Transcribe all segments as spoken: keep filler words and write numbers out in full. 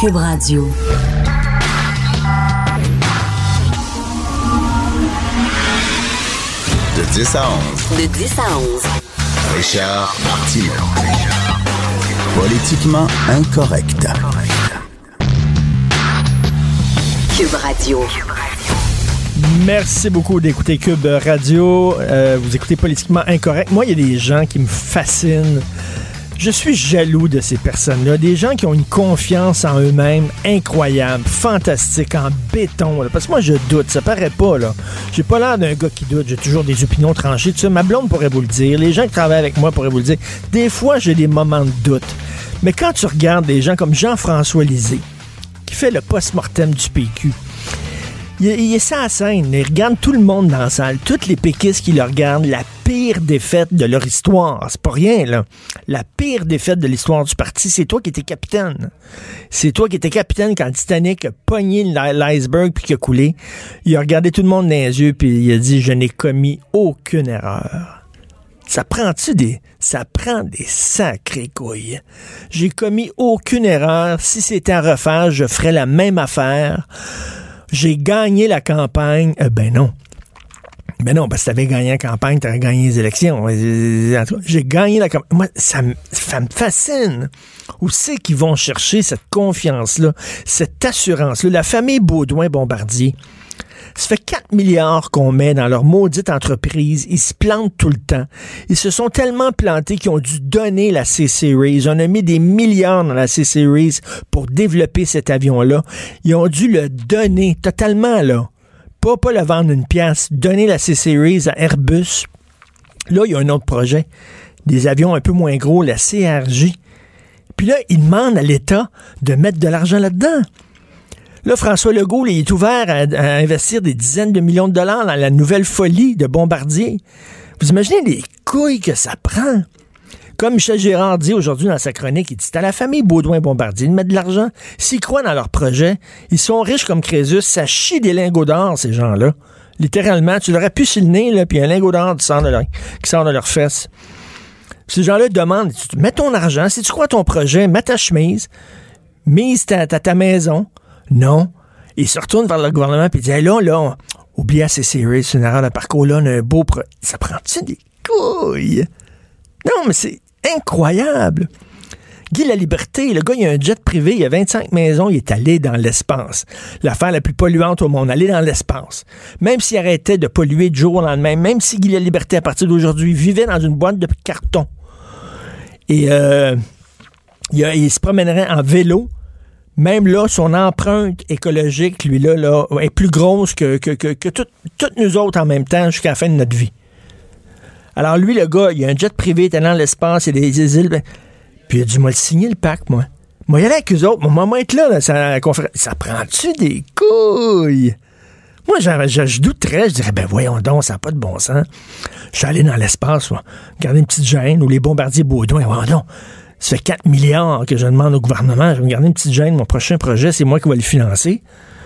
Cube Radio. De dix à onze. De dix à onze. Richard Martineau. Politiquement incorrect. Cube Radio. Merci beaucoup d'écouter Cube Radio. Euh, vous écoutez Politiquement Incorrect. Moi, il y a des gens qui me fascinent. Je suis jaloux de ces personnes-là. Des gens qui ont une confiance en eux-mêmes incroyable, fantastique, en béton. Là. Parce que moi, je doute. Ça paraît pas, là. J'ai pas l'air d'un gars qui doute. J'ai toujours des opinions tranchées. Tout ça. Ma blonde pourrait vous le dire. Les gens qui travaillent avec moi pourraient vous le dire. Des fois, j'ai des moments de doute. Mais quand tu regardes des gens comme Jean-François Lisée, qui fait le post-mortem du P Q, il, il est ça à scène. Il regarde tout le monde dans la salle, tous les péquistes qui le regardent, la pire défaite de leur histoire. C'est pas rien, là. La pire défaite de l'histoire du parti, c'est toi qui étais capitaine. C'est toi qui étais capitaine quand le Titanic a pogné l'iceberg puis qu'il a coulé. Il a regardé tout le monde dans les yeux puis il a dit « Je n'ai commis aucune erreur ». Ça prend-tu des... Ça prend des sacrées couilles. J'ai commis aucune erreur. Si c'était à refaire, je ferais la même affaire. J'ai gagné la campagne. Euh, ben non. Ben non, parce que t'avais gagné la campagne, t'avais gagné les élections. J'ai gagné la campagne. Moi, ça me, ça me fascine. Où c'est qu'ils vont chercher cette confiance-là, cette assurance-là? La famille Baudouin-Bombardier, ça fait quatre milliards qu'on met dans leur maudite entreprise. Ils se plantent tout le temps. Ils se sont tellement plantés qu'ils ont dû donner la C-Series. On a mis des milliards dans la C-Series pour développer cet avion-là. Ils ont dû le donner totalement, là. Pas, pas le vendre une pièce. Donner la C-Series à Airbus. Là, il y a un autre projet. Des avions un peu moins gros, la C R J. Puis là, ils demandent à l'État de mettre de l'argent là-dedans. Là, François Legault, là, il est ouvert à, à investir des dizaines de millions de dollars dans la nouvelle folie de Bombardier. Vous imaginez les couilles que ça prend? Comme Michel Gérard dit aujourd'hui dans sa chronique, il dit « C'est à la famille Baudouin-Bombardier de mettre de l'argent. S'ils croient dans leur projet, ils sont riches comme Crésus, ça chie des lingots d'or, ces gens-là. Littéralement, tu leur appuies sur le nez, là, puis un lingot d'or qui sort de leur, qui sort de leurs fesses. Ces gens-là demandent « Mets ton argent, si tu crois à ton projet, mets ta chemise, mise ta, ta, ta maison. » Non. Il se retourne vers le gouvernement et il dit hey, là, là, on... oublie assez sérieux, c'est une erreur de parcours, là, on a un beau pro... Ça prend-tu des couilles? Non, mais c'est incroyable. Guy Laliberté, le gars, il a un jet privé, il a vingt-cinq maisons, il est allé dans l'espace. L'affaire la plus polluante au monde, aller dans l'espace. Même s'il arrêtait de polluer du jour au lendemain, même si Guy Laliberté, à partir d'aujourd'hui, vivait dans une boîte de carton, et euh, il, a, il se promènerait en vélo. Même là, son empreinte écologique, lui, là, là est plus grosse que, que, que, que tout, toutes nous autres en même temps jusqu'à la fin de notre vie. Alors, lui, le gars, il a un jet privé, il est dans l'espace, il y a des îles. Ben, puis il a dit, moi, le signer le pacte, moi. Moi, y aller avec eux autres. Moi, moi, être là, là ça, ça prend-tu des couilles? Moi, je, je, je douterais, je dirais, ben voyons donc, ça n'a pas de bon sens. Je suis allé dans l'espace, moi, garder une petite gêne, ou les bombardiers Baudouin, voyons donc. Ça fait quatre milliards que je demande au gouvernement. Je vais me garder une petite gêne. Mon prochain projet, c'est moi qui vais le financer.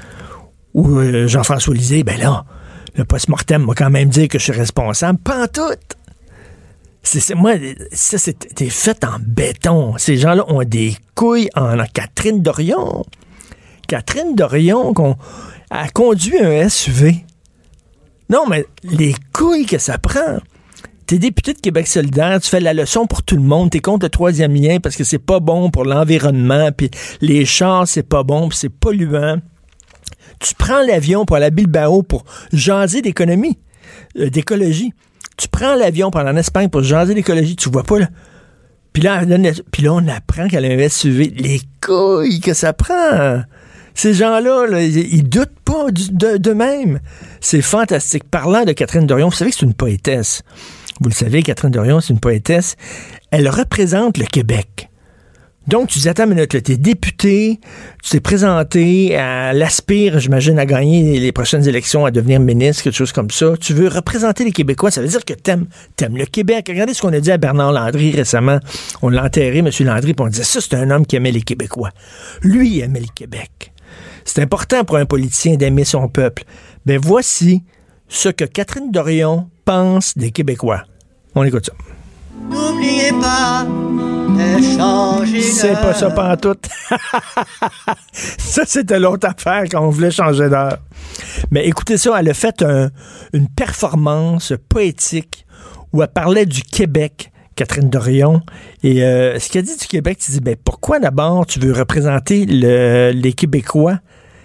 Ou euh, Jean-François Lisée, ben là, le post-mortem m'a quand même dit que je suis responsable. Pas en tout. C'est, c'est, moi, ça, c'était fait en béton. Ces gens-là ont des couilles en, en Catherine Dorion. Catherine Dorion qu'on, a conduit un S U V. Non, mais les couilles que ça prend... T'es député de Québec solidaire, tu fais la leçon pour tout le monde, t'es contre le troisième lien parce que c'est pas bon pour l'environnement, puis les chars, c'est pas bon, puis c'est polluant. Tu prends l'avion pour aller à Bilbao pour jaser d'économie, euh, d'écologie. Tu prends l'avion pour aller en Espagne pour jaser d'écologie, tu vois pas, là. Puis là, là, puis là on apprend qu'elle a un S U V. Les couilles que ça prend! Ces gens-là, là, ils, ils doutent pas du, de, d'eux-mêmes. C'est fantastique. Parlant de Catherine Dorion, vous savez que c'est une poétesse. Vous le savez, Catherine Dorion, c'est une poétesse. Elle représente le Québec. Donc, tu dis, attends une minute, là, t'es député, tu t'es présenté, elle aspire, j'imagine, à gagner les prochaines élections, à devenir ministre, quelque chose comme ça. Tu veux représenter les Québécois, ça veut dire que t'aimes, t'aimes le Québec. Regardez ce qu'on a dit à Bernard Landry récemment. On l'a enterré, M. Landry, puis on disait, ça, c'est un homme qui aimait les Québécois. Lui, il aimait le Québec. C'est important pour un politicien d'aimer son peuple. Ben, voici ce que Catherine Dorion pense des Québécois. On écoute ça. N'oubliez pas C'est pas ça pantoute. Ça, c'était l'autre affaire quand on voulait changer d'heure. Mais écoutez ça, elle a fait un, une performance poétique où elle parlait du Québec, Catherine Dorion. Et euh, ce qu'elle dit du Québec, tu dis, ben pourquoi d'abord tu veux représenter le, les Québécois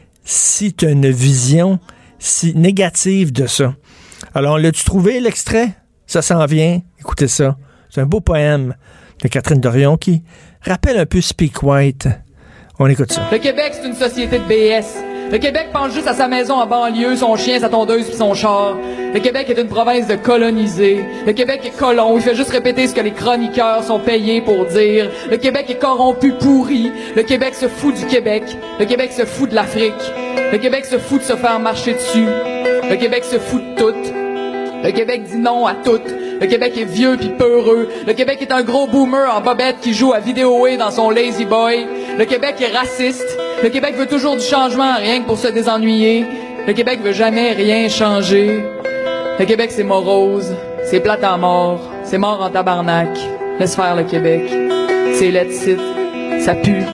si tu as une vision si négative de ça? Alors, l'as-tu trouvé, l'extrait? Ça s'en vient. Écoutez ça. C'est un beau poème de Catherine Dorion qui rappelle un peu Speak White. On écoute ça. Le Québec, c'est une société de B S. Le Québec pense juste à sa maison en banlieue, son chien, sa tondeuse puis son char. Le Québec est une province de colonisés. Le Québec est colon. Il fait juste répéter ce que les chroniqueurs sont payés pour dire. Le Québec est corrompu, pourri. Le Québec se fout du Québec. Le Québec se fout de l'Afrique. Le Québec se fout de se faire marcher dessus. Le Québec se fout de tout. Le Québec dit non à tout. Le Québec est vieux pis peureux. Le Québec est un gros boomer en bobette qui joue à Vidéoé dans son Lazy Boy. Le Québec est raciste. Le Québec veut toujours du changement, rien que pour se désennuyer. Le Québec veut jamais rien changer. Le Québec, c'est morose. C'est plate en mort. C'est mort en tabarnak. Laisse faire le Québec. C'est let's sit. Ça pue.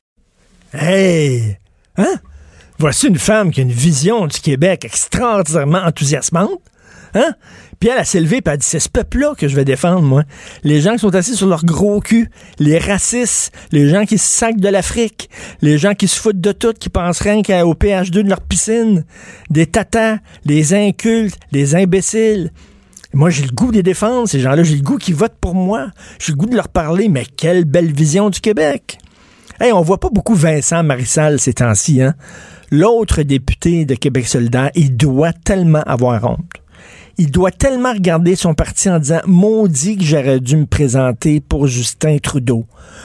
Hey! Hein? Voici une femme qui a une vision du Québec extraordinairement enthousiasmante. Hein? Puis elle, elle s'est levée et elle a dit, c'est ce peuple-là que je vais défendre, moi. Les gens qui sont assis sur leur gros cul, les racistes, les gens qui se sacent de l'Afrique, les gens qui se foutent de tout, qui pensent rien qu'au P H deux de leur piscine, des tatas, les incultes, les imbéciles. Moi, j'ai le goût de les défendre, ces gens-là. J'ai le goût qu'ils votent pour moi. J'ai le goût de leur parler, mais quelle belle vision du Québec. Hey, on voit pas beaucoup Vincent Marissal ces temps-ci, hein? L'autre député de Québec solidaire, il doit tellement avoir honte. Il doit tellement regarder son parti en disant « Maudit que j'aurais dû me présenter pour Justin Trudeau.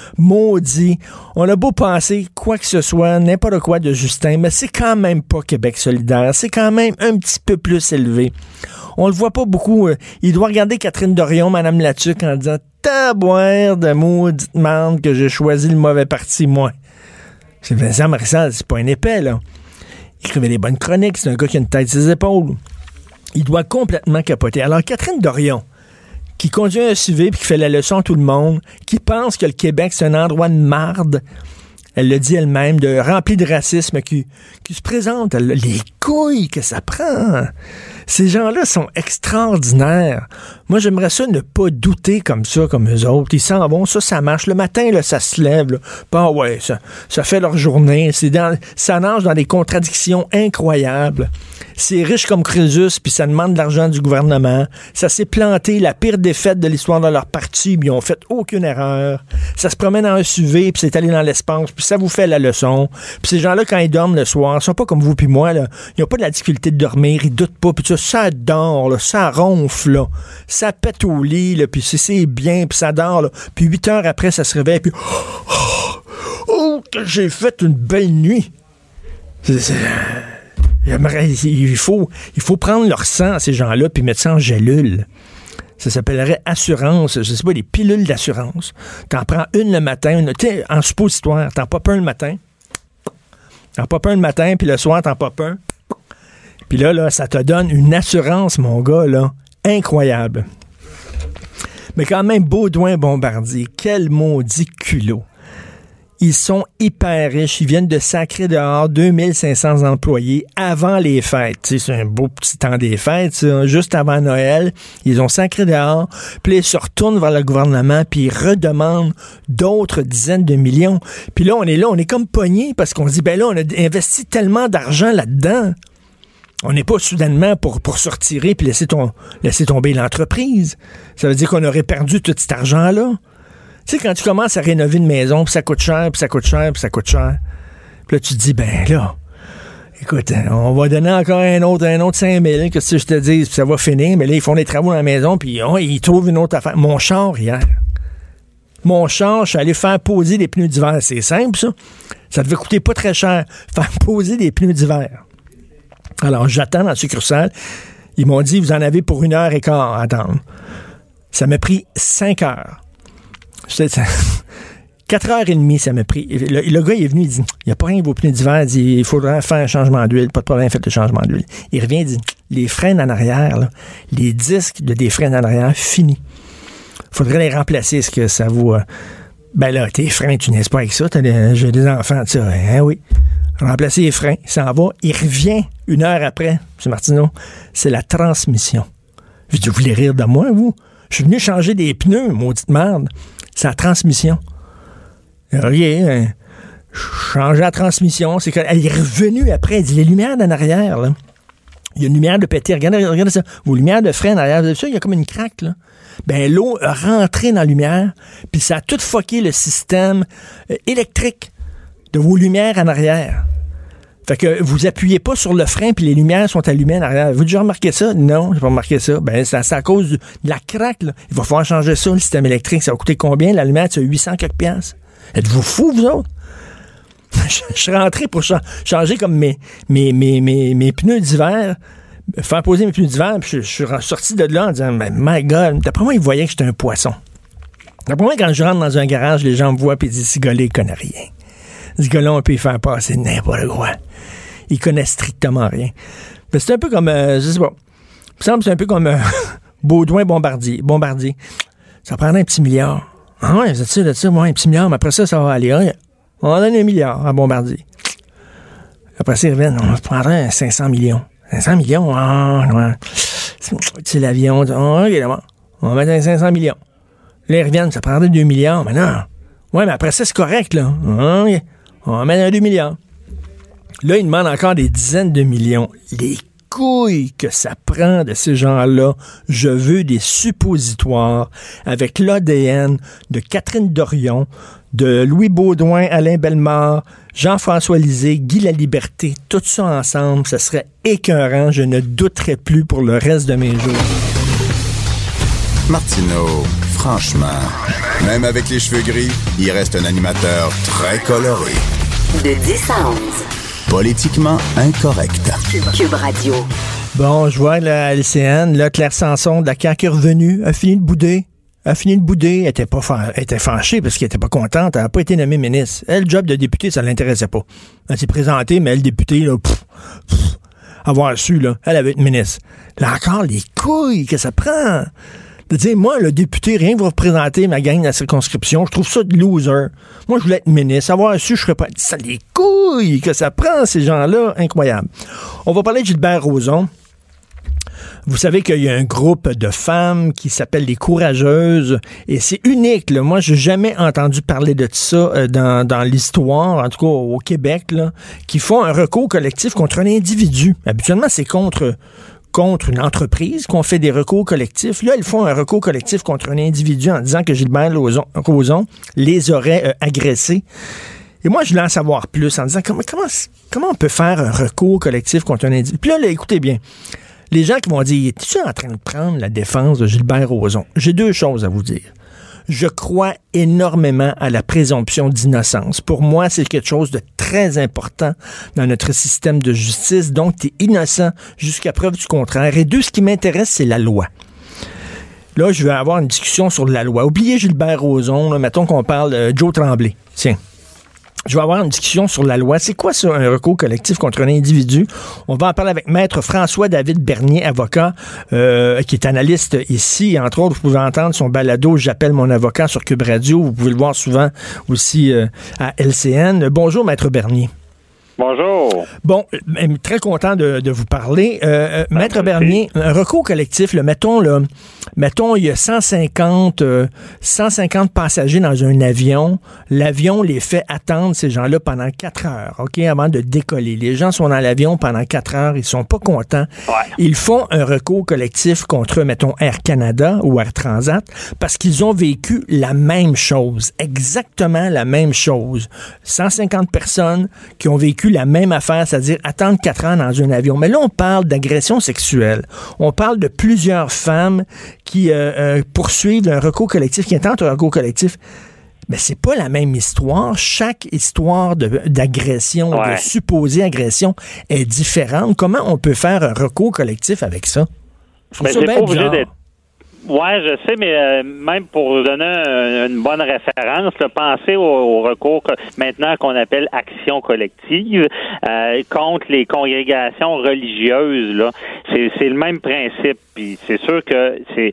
Maudit. On a beau penser quoi que ce soit, n'importe quoi de Justin, mais c'est quand même pas Québec solidaire. C'est quand même un petit peu plus élevé. » On le voit pas beaucoup. Il doit regarder Catherine Dorion, Madame Latuc, en disant « Taboire de maudite merde que j'ai choisi le mauvais parti, moi. » C'est Vincent Marissal, c'est pas un épais, là. Il écrivait des bonnes chroniques, c'est un gars qui a une tête sur ses épaules. Il doit complètement capoter. Alors, Catherine Dorion, qui conduit un S U V puis qui fait la leçon à tout le monde, qui pense que le Québec, c'est un endroit de marde, elle le dit elle-même, de rempli de racisme, qui, qui se présente, elle, les couilles que ça prend. Ces gens-là sont extraordinaires. Moi, j'aimerais ça ne pas douter comme ça, comme eux autres. Ils s'en vont, ça, ça marche. Le matin, là, ça se lève. Là. Bah ouais, ça, ça fait leur journée. C'est dans, ça nage dans des contradictions incroyables. C'est riche comme Crésus, puis ça demande de l'argent du gouvernement. Ça s'est planté, la pire défaite de l'histoire de leur parti, puis ils ont fait aucune erreur. Ça se promène en S U V, puis c'est allé dans l'espace, puis ça vous fait la leçon. Puis ces gens-là, quand ils dorment le soir, ils sont pas comme vous puis moi, là. Ils n'ont pas de la difficulté de dormir, ils doutent pas, puis ça, ça dort, là, ça ronfle, là. Ça pète au lit, là, puis c'est, c'est bien, puis ça dort, là. Puis huit heures après, ça se réveille, puis oh, oh que j'ai fait une belle nuit. C'est... c'est... Il faut, il faut prendre leur sang à ces gens-là puis mettre ça en gélule. Ça s'appellerait assurance. Je sais pas, des pilules d'assurance. T'en prends une le matin, une, tu sais, en suppositoire. T'en popes un le matin. T'en popes un le matin, puis le soir, t'en popes un. Puis là, là, ça te donne une assurance, mon gars, là, incroyable. Mais quand même, Baudouin-Bombardier, quel maudit culot. Ils sont hyper riches. Ils viennent de sacrer dehors deux mille cinq cents employés avant les fêtes. T'sais, c'est un beau petit temps des fêtes, ça. Juste avant Noël. Ils ont sacré dehors. Puis ils se retournent vers le gouvernement puis ils redemandent d'autres dizaines de millions. Puis là, on est là, on est comme pognés parce qu'on se dit, ben là, on a investi tellement d'argent là-dedans. On n'est pas soudainement pour, pour se retirer puis laisser, ton, laisser tomber l'entreprise. Ça veut dire qu'on aurait perdu tout cet argent-là. Tu sais, quand tu commences à rénover une maison, puis ça coûte cher, puis ça coûte cher, puis ça coûte cher, puis là, tu te dis, ben là, écoute, on va donner encore un autre, un autre cinq mille, que si je te dis, puis ça va finir, mais là, ils font des travaux dans la maison, puis oh, ils trouvent une autre affaire. Mon char, hier, mon char, je suis allé faire poser des pneus d'hiver. C'est simple, ça. Ça devait coûter pas très cher, faire poser des pneus d'hiver. Alors, j'attends dans la succursale. Ils m'ont dit, vous en avez pour une heure et quart à attendre. Ça m'a pris cinq heures. quatre heures et demie, ça m'a pris. Le, le gars, il est venu, il dit, il n'y a pas rien, vos pneus d'hiver, il dit, il faudra faire un changement d'huile. Pas de problème, faites le changement d'huile. Il revient, il dit, les freins en arrière, là, les disques de des freins en arrière, finis. Il faudrait les remplacer. Est-ce que ça vous... Euh, Ben là, tes freins, tu n'es pas avec ça. T'as des, j'ai des enfants, tu sais. Hein, oui. Remplacer les freins, il s'en va. Il revient une heure après, M. Martineau. C'est la transmission. Je dis, vous voulez rire de moi, vous? Je suis venu changer des pneus, maudite merde. C'est la transmission. Rien. Changer la transmission. C'est qu'elle est revenue après. Elle dit, les lumières d'en arrière, là. Il y a une lumière de péter. Regardez, regardez ça. Vos lumières de frein en arrière, vous avez ça, il y a comme une craque, là. Ben, l'eau a rentré dans la lumière, puis ça a tout fucké le système euh, électrique de vos lumières en arrière. Fait que vous appuyez pas sur le frein, puis les lumières sont allumées en arrière. Vous avez déjà remarqué ça? Non, j'ai pas remarqué ça. Ben, ça, c'est à cause de la craque, là. Il va falloir changer ça, le système électrique. Ça va coûter combien? La lumière, c'est huit cents quelques piastres. Êtes-vous fous, vous autres? Je suis rentré pour cha- changer comme mes, mes, mes, mes, mes pneus d'hiver, faire poser mes pneus d'hiver, puis je, je suis sorti de là en disant, mais my God, d'après moi, ils voyaient que j'étais un poisson. D'après moi, quand je rentre dans un garage, les gens me voient et ils disent, ce gars-là, il connaît rien. Ce gars-là, on peut y faire passer n'importe quoi. Il connaît strictement rien. Ben, c'est un peu comme, euh, je sais pas, il me semble que c'est un peu comme euh, Baudouin Bombardier. Bombardier. Ça prendrait un petit milliard. Ah ouais, vous êtes sûr de ça? Ouais, un petit milliard, mais après ça, ça va aller. Hein? On donne un milliard à Bombardier. Après ça, ils reviennent, on prendrait cinq cents millions. cinq cents millions? Ah, ouais. C'est l'avion. Oh, OK, d'abord. On va mettre cinq cents millions. Là, ils reviennent, ça prendrait deux milliards. Mais non. Ouais, mais après ça, c'est correct, là. Oh, OK. On va mettre un deux milliards. Là, ils demandent encore des dizaines de millions. Les couilles que ça prend de ces gens-là. Je veux des suppositoires avec l'A D N de Catherine Dorion, de Louis Baudouin, Alain Bellemare, Jean-François Lisée, Guy Laliberté, tout ça ensemble, ça serait écœurant. Je ne douterais plus pour le reste de mes jours. Martineau, franchement, même avec les cheveux gris, il reste un animateur très coloré. De dix à onze. Politiquement incorrect. Cube Radio. Bon, je vois là, à L C N, là, Claire Sanson de la C A Q est revenue, a fini de bouder. A fini de bouder, elle était, pas fa- elle était fâchée parce qu'elle était pas contente, elle n'a pas été nommée ministre. Elle, le job de députée, ça l'intéressait pas. Elle s'est présentée, mais elle, députée, là, pff, pff, avoir su, là, elle avait été ministre. Là encore, les couilles que ça prend. De dire, moi, le député, rien que vous représenter ma gang de la circonscription, je trouve ça de loser. Moi, je voulais être ministre. Avoir su, je serais pas... Ça, les couilles que ça prend, ces gens-là, incroyable. On va parler de Gilbert Rozon. Vous savez qu'il y a un groupe de femmes qui s'appelle les Courageuses et c'est unique, là. Moi, j'ai jamais entendu parler de ça euh, dans, dans l'histoire, en tout cas au Québec, là, qui font un recours collectif contre un individu. Habituellement, c'est contre... contre une entreprise qu'on fait des recours collectifs. Là, ils font un recours collectif contre un individu en disant que Gilbert Rozon les aurait euh, agressés. Et moi, je voulais en savoir plus en disant comment, comment, comment on peut faire un recours collectif contre un individu. Puis là, là écoutez bien, les gens qui vont dire, es-tu en train de prendre la défense de Gilbert Rozon? J'ai deux choses à vous dire. Je crois énormément à la présomption d'innocence. Pour moi, c'est quelque chose de très important dans notre système de justice. Donc, tu es innocent jusqu'à preuve du contraire. Et deux, ce qui m'intéresse, c'est la loi. Là, je vais avoir une discussion sur la loi. Oubliez Gilbert Rozon, là, mettons qu'on parle de Joe Tremblay. Tiens. Je vais avoir une discussion sur la loi. C'est quoi ça, un recours collectif contre un individu? On va en parler avec Maître François-David Bernier, avocat, euh, qui est analyste ici. Entre autres, vous pouvez entendre son balado « J'appelle mon avocat » sur Cube Radio. Vous pouvez le voir souvent aussi euh, à L C N. Bonjour, Maître Bernier. Bonjour. Bon, très content de, de vous parler. Euh, euh, Maître Bernier, un recours collectif, là, mettons, là, mettons, il y a cent cinquante, euh, cent cinquante passagers dans un avion. L'avion les fait attendre, ces gens-là, pendant quatre heures, OK, avant de décoller. Les gens sont dans l'avion pendant quatre heures, ils sont pas contents. Ouais. Ils font un recours collectif contre, mettons, Air Canada ou Air Transat parce qu'ils ont vécu la même chose, exactement la même chose. cent cinquante personnes qui ont vécu la même affaire, c'est-à-dire attendre quatre ans dans un avion. Mais là, on parle d'agression sexuelle. On parle de plusieurs femmes qui euh, euh, poursuivent un recours collectif, qui intentent un recours collectif. Mais c'est pas la même histoire. Chaque histoire de, d'agression, ouais. de supposée agression est différente. Comment on peut faire un recours collectif avec ça? Je trouve mais ça c'est bien pas obligé bizarre. d'être... Ouais, je sais, mais euh, même pour donner un, une bonne référence, là, pensez au, au recours que, maintenant qu'on appelle action collective euh, contre les congrégations religieuses. Là, c'est, c'est le même principe. Puis c'est sûr que c'est ce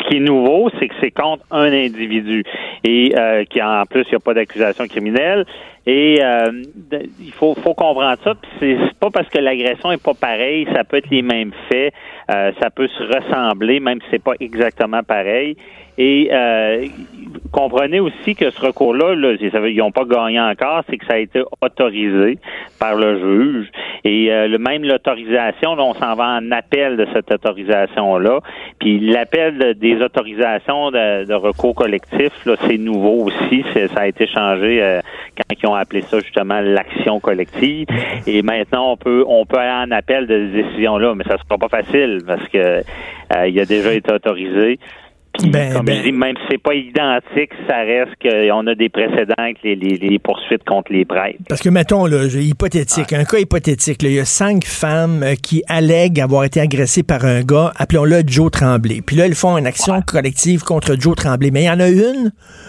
ce qui est nouveau, c'est que c'est contre un individu et euh, qui en plus il n'y a pas d'accusation criminelle. Et euh, il faut, faut comprendre ça. Puis c'est, c'est pas parce que l'agression est pas pareille, ça peut être les mêmes faits, euh, ça peut se ressembler, même si c'est pas exactement pareil. Et euh, comprenez aussi que ce recours-là, là, ils n'ont pas gagné encore, c'est que ça a été autorisé par le juge. Et euh, le même l'autorisation, là, on s'en va en appel de cette autorisation-là. Puis l'appel de, des autorisations de, de recours collectif, là, c'est nouveau aussi. C'est, ça a été changé euh, quand ils ont appelé ça justement l'action collective. Et maintenant, on peut on peut aller en appel de ces décisions-là, mais ça sera pas facile parce que euh, il a déjà été autorisé. Puis, ben, comme ben, je dis, même si c'est pas identique, ça reste qu'on a des précédents avec les, les, les poursuites contre les prêtres. Parce que, mettons, là, hypothétique, ah. un cas hypothétique, là, il y a cinq femmes euh, qui allèguent avoir été agressées par un gars, appelons-le Joe Tremblay. Puis là, ils font une action ouais. collective contre Joe Tremblay. Mais il y en a une...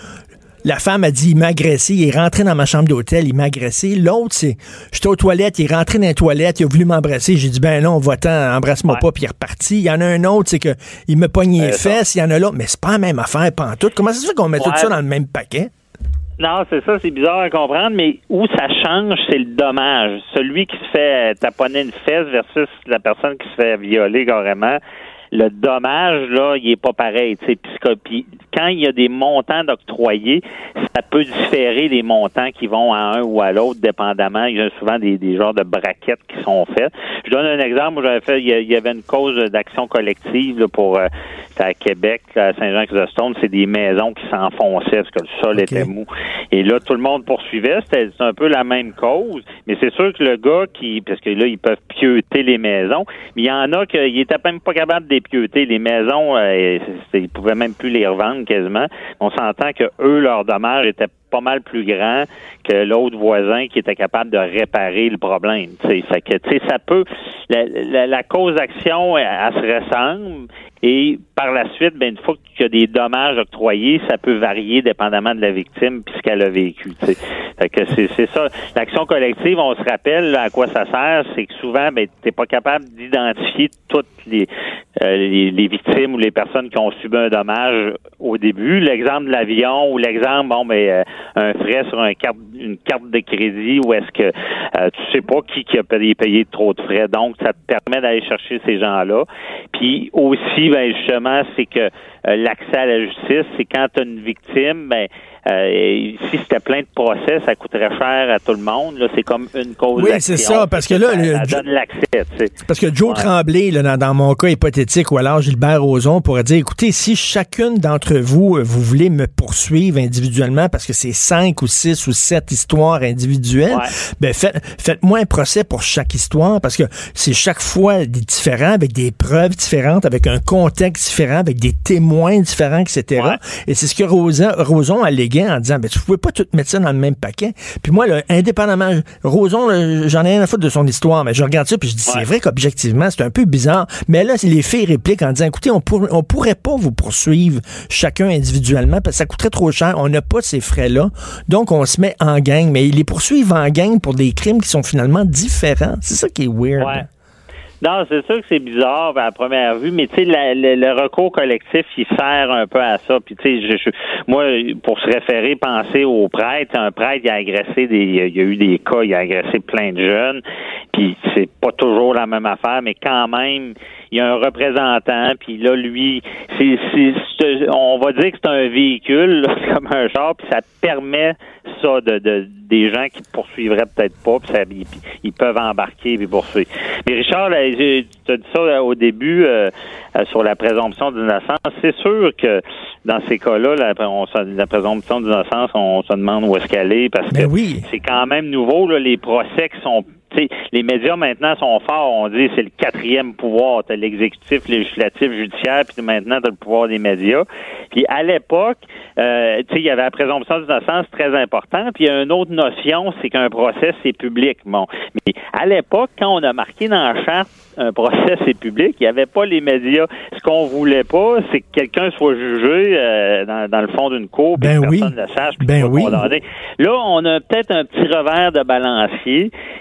La femme a dit, il m'a agressé, il est rentré dans ma chambre d'hôtel, il m'a agressé. L'autre, c'est, j'étais aux toilettes, il est rentré dans les toilettes, il a voulu m'embrasser. J'ai dit, ben non, va-t'en, embrasse-moi ouais. pas, puis il est reparti. Il y en a un autre, c'est que il me pogne les fesses, il y en a l'autre. Mais c'est pas la même affaire, pantoute. Comment ça se fait qu'on met ouais. tout ça dans le même paquet? Non, c'est ça, c'est bizarre à comprendre, mais où ça change, c'est le dommage. Celui qui se fait taponner une fesse versus la personne qui se fait violer carrément. Le dommage, là, il est pas pareil. Puis quand il y a des montants d'octroyés, ça peut différer les montants qui vont à un ou à l'autre, dépendamment. Il y a souvent des, des genres de braquettes qui sont faites. Je donne un exemple où j'avais fait, il y avait une cause d'action collective là, pour euh, c'était à Québec, là, à Saint-Jean-Chrysostome, c'est des maisons qui s'enfonçaient parce que le sol okay. était mou. Et là, tout le monde poursuivait. C'était un peu la même cause. Mais c'est sûr que le gars qui, parce que là, ils peuvent pieuter les maisons, mais il y en a qui étaient même pas capables de pieuter. Les maisons, euh, ils pouvaient même plus les revendre quasiment. On s'entend que eux, leurs dommages étaient pas mal plus grands que l'autre voisin qui était capable de réparer le problème. T'sais. Fait que, tu sais, ça peut... La, la, la cause d'action, elle, elle se ressemble. Et par la suite, ben une fois qu'il y a des dommages octroyés, ça peut varier dépendamment de la victime puis ce qu'elle a vécu. T'sais. Fait que c'est, c'est ça. L'action collective, on se rappelle là, à quoi ça sert, c'est que souvent, ben t'es pas capable d'identifier toutes les, euh, les les victimes ou les personnes qui ont subi un dommage au début. L'exemple de l'avion ou l'exemple, bon, ben euh, un frais sur un carte, une carte de crédit ou est-ce que euh, tu sais pas qui, qui a payé, payé trop de frais. Donc, ça te permet d'aller chercher ces gens-là. Puis aussi, ben justement, c'est que euh, l'accès à la justice, c'est quand tu as une victime, ben euh, si c'était plein de procès, ça coûterait cher à tout le monde. Là, c'est comme une cause oui, d'action. Oui, c'est ça, parce que là, ça, le, ça donne l'accès. Tu sais. Parce que Joe ouais. Tremblay, là, dans, dans mon cas hypothétique, ou alors Gilbert Rozon pourrait dire, écoutez, si chacune d'entre vous, vous voulez me poursuivre individuellement, parce que c'est cinq ou six ou sept histoires individuelles, ouais. ben fait, faites-moi un procès pour chaque histoire, parce que c'est chaque fois différent, avec des preuves différentes, avec un contexte différent, avec des témoins différents, et cetera. Ouais. Et c'est ce que Rosa, Rozon alléguait en disant, ben tu pouvais pas tout mettre ça dans le même paquet. Puis moi, là, indépendamment, Rozon, là, j'en ai rien à foutre de son histoire, mais je regarde ça puis je dis, ouais. c'est vrai qu'objectivement, c'est un peu bizarre. Mais là, les filles répliquent en disant, écoutez, on, pour, on pourrait pas vous poursuivre chacun individuellement parce que ça coûterait trop cher. On n'a pas ces frais-là. Donc, on se met en gang. Mais ils les poursuivent en gang pour des crimes qui sont finalement différents. C'est ça qui est weird. Ouais. Non, c'est sûr que c'est bizarre à première vue, mais tu sais, le, le recours collectif, il sert un peu à ça. Puis tu sais, je, je, moi, pour se référer, penser au prêtre, un prêtre, il a agressé des, il y a eu des cas, il a agressé plein de jeunes. Puis c'est pas toujours la même affaire, mais quand même, il y a un représentant, puis là, lui, c'est, c'est, c'est on va dire que c'est un véhicule, là, comme un char, puis ça permet ça de, de des gens qui poursuivraient peut-être pas, puis ça, ils, ils peuvent embarquer et poursuivre. Mais Richard, là, tu as dit ça au début euh, sur la présomption d'innocence. C'est sûr que dans ces cas-là, la, on, la présomption d'innocence, on se demande où est-ce qu'elle est, parce que oui. c'est quand même nouveau, là, les procès qui sont... T'sais, les médias maintenant sont forts, on dit c'est le quatrième pouvoir, t'as l'exécutif, législatif, judiciaire, puis maintenant t'as le pouvoir des médias. Puis à l'époque, euh, tu sais, il y avait la présomption d'innocence très important, puis il y a une autre notion, c'est qu'un procès c'est public. Bon, mais à l'époque, quand on a marqué dans la charte un procès c'est public, il n'y avait pas les médias. Ce qu'on voulait pas, c'est que quelqu'un soit jugé euh, dans, dans le fond d'une cour, puis ben que oui. personne ne le sache, puis ben soit oui. condamné. Là, on a peut-être un petit revers de balancier qui fait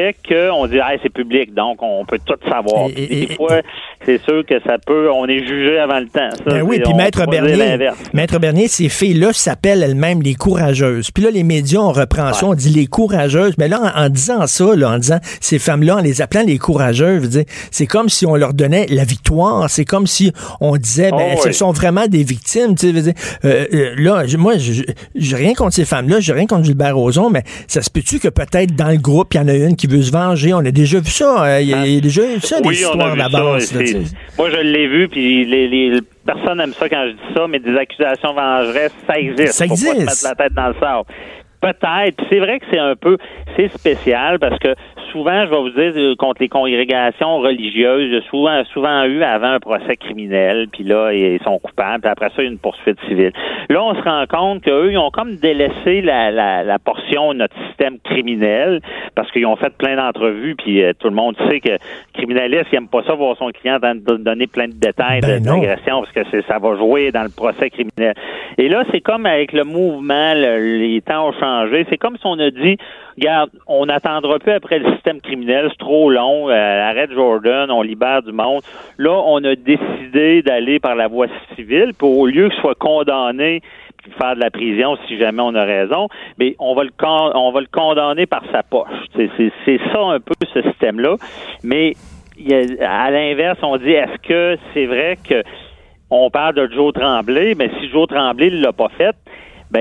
fait qu'on dit, ah, c'est public, donc on peut tout savoir. Et, et, des fois, c'est sûr que ça peut, on est jugé avant le temps. Ça, ben oui, puis Maître Bernier, Maître Bernier, ces filles-là s'appellent elles-mêmes les courageuses. Puis là, les médias, on reprend ouais. ça, on dit les courageuses. Mais là, en, en disant ça, là, en disant ces femmes-là, en les appelant les courageuses, je veux dire, c'est comme si on leur donnait la victoire. C'est comme si on disait, ben, oh, ce oui. sont vraiment des victimes. Tu sais, veux dire, euh, euh, là, moi, j'ai rien contre ces femmes-là, j'ai rien contre Gilbert Rozon, mais ça se peut-tu que peut-être dans le groupe, il y en a une qui veut se venger? On a déjà vu ça. Il y a, il y a déjà vu ça, oui, des histoires d'avance. Moi, je l'ai vu, puis les, les, personne n'aime ça quand je dis ça, mais des accusations vengeresses, ça existe. Ça existe. Faut pas se mettre la tête dans le sable. Peut-être. Puis c'est vrai que c'est un peu, c'est spécial parce que souvent, je vais vous dire, contre les congrégations religieuses, il y a souvent, souvent eu avant un procès criminel, puis là, ils sont coupables, puis après ça, il y a une poursuite civile. Là, on se rend compte qu'eux, ils ont comme délaissé la, la, la portion de notre système criminel parce qu'ils ont fait plein d'entrevues, puis euh, tout le monde sait que le criminaliste, il aime pas ça voir son client donner plein de détails ben de, d'agression parce que c'est, ça va jouer dans le procès criminel. Et là, c'est comme avec le mouvement, le, les temps ont changé. C'est comme si on a dit, regarde, on n'attendra plus après le système criminel, c'est trop long, euh, arrête Jordan, on libère du monde. Là, on a décidé d'aller par la voie civile, puis au lieu qu'il soit condamné puis faire de la prison si jamais on a raison, mais on va le con- on va le condamner par sa poche. C'est, c'est, c'est ça un peu ce système-là. Mais y a, à l'inverse, on dit, est-ce que c'est vrai que on parle de Joe Tremblay, mais si Joe Tremblay ne l'a pas fait, ben,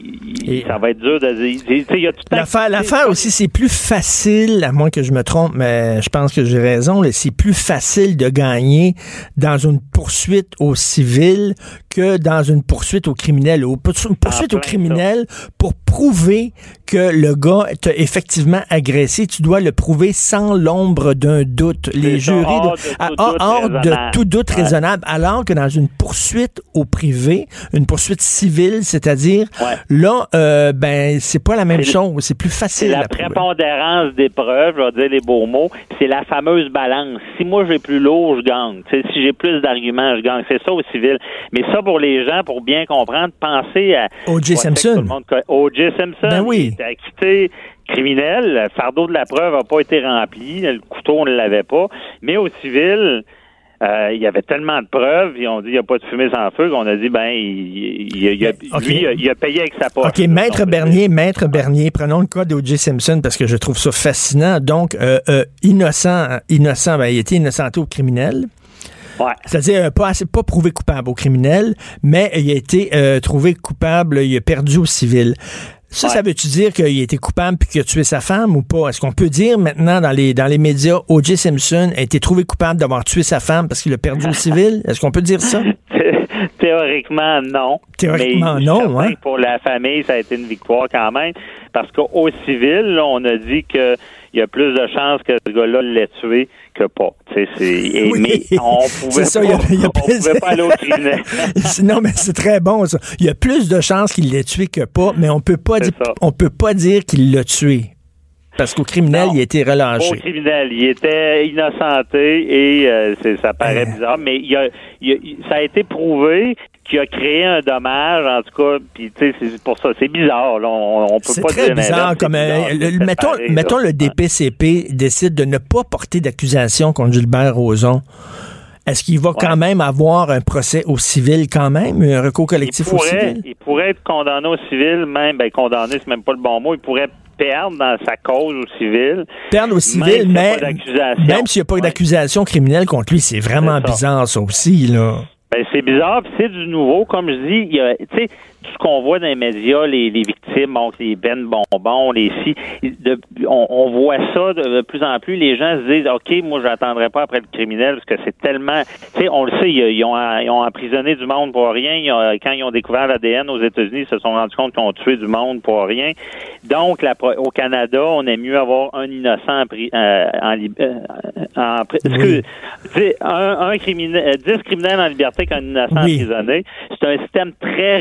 et ça va être dur de dire. Il y a tout le temps l'affaire, l'affaire aussi, c'est plus facile, à moins que je me trompe, mais je pense que j'ai raison, là, c'est plus facile de gagner dans une poursuite au civil que dans une poursuite au criminel. Une poursuite au criminel, pour prouver que le gars t'a effectivement agressé, tu dois le prouver sans l'ombre d'un doute. Les jurys, hors de, hors, hors de tout doute ouais. raisonnable, alors que dans une poursuite au privé, une poursuite civile, c'est-à-dire, ouais. là, euh, ben, c'est pas la même c'est chose, c'est plus facile. C'est la à prépondérance des preuves, je vais dire les beaux mots, c'est la fameuse balance. Si moi j'ai plus lourd, je gagne. T'sais, si j'ai plus d'arguments, je gagne. C'est ça au civil. Mais ça, pour les gens, pour bien comprendre, pensez à O J Simpson. O J Simpson, ben oui. il était acquitté criminel, le fardeau de la preuve n'a pas été rempli, le couteau, on ne l'avait pas. Mais au civil, euh, il y avait tellement de preuves, ils ont dit il n'y a pas de fumée sans feu, qu'on a dit, ben, il, il, il, a, okay. lui, il a, il a payé avec sa poche. OK, Maître Bernier, Maître Bernier, prenons le cas d'O J Simpson parce que je trouve ça fascinant. Donc, euh, euh, innocent, innocent, ben, il était innocenté au criminel. Ouais. C'est-à-dire, euh, pas, pas prouvé coupable au criminel, mais il a été euh, trouvé coupable, il a perdu au civil. Ça, ouais. ça veut-tu dire qu'il a été coupable puis qu'il a tué sa femme ou pas? Est-ce qu'on peut dire maintenant dans les dans les médias, O J Simpson a été trouvé coupable d'avoir tué sa femme parce qu'il a perdu au civil? Est-ce qu'on peut dire ça? Théoriquement, non. Théoriquement, mais non, hein? Pour la famille, ça a été une victoire quand même. Parce qu'au civil, là, on a dit qu'il y a plus de chances que ce gars-là l'ait tué que pas. C'est, et, oui, mais on pouvait ça, pas, y a, y a on plus... pouvait pas aller au criminel. Non, mais c'est très bon, ça. Il y a plus de chances qu'il l'ait tué que pas, mais on peut pas dire, on peut pas dire qu'il l'a tué. Parce qu'au criminel, non, il a été relâché. Au criminel, il était innocenté et euh, c'est, ça paraît euh... bizarre, mais il a, il a, ça a été prouvé qui a créé un dommage, en tout cas, puis tu sais, c'est pour ça, c'est bizarre, là, on, on peut c'est pas très dire bizarre, comme bizarre, le, le, mettons, pareil, mettons le D P C P décide de ne pas porter d'accusation contre Gilbert Rozon. Est-ce qu'il va ouais. quand même avoir un procès au civil quand même, un recours collectif il pourrait, au civil? Il pourrait être condamné au civil, même, ben condamné, c'est même pas le bon mot, il pourrait perdre dans sa cause au civil. Perdre au civil, même, même s'il n'y a pas ouais. d'accusation criminelle contre lui, c'est vraiment c'est bizarre ça aussi, là. Ben, c'est bizarre, puis c'est du nouveau. Comme je dis, il y a, tu sais, tout ce qu'on voit dans les médias, les, les victimes, donc les bennes bonbons, les si, de, on, on voit ça de, de plus en plus. Les gens se disent, OK, moi, j'attendrai pas après le criminel parce que c'est tellement, tu sais, on le sait, ils, ils, ont, ils ont emprisonné du monde pour rien. Ils ont, quand ils ont découvert l'A D N aux États-Unis, ils se sont rendus compte qu'ils ont tué du monde pour rien. Donc, la, au Canada, on aime mieux avoir un innocent en, euh, en, euh, en excuse, oui. un, un criminel, dix criminels en liberté qu'un innocent oui. emprisonné. C'est un système très rigoureux.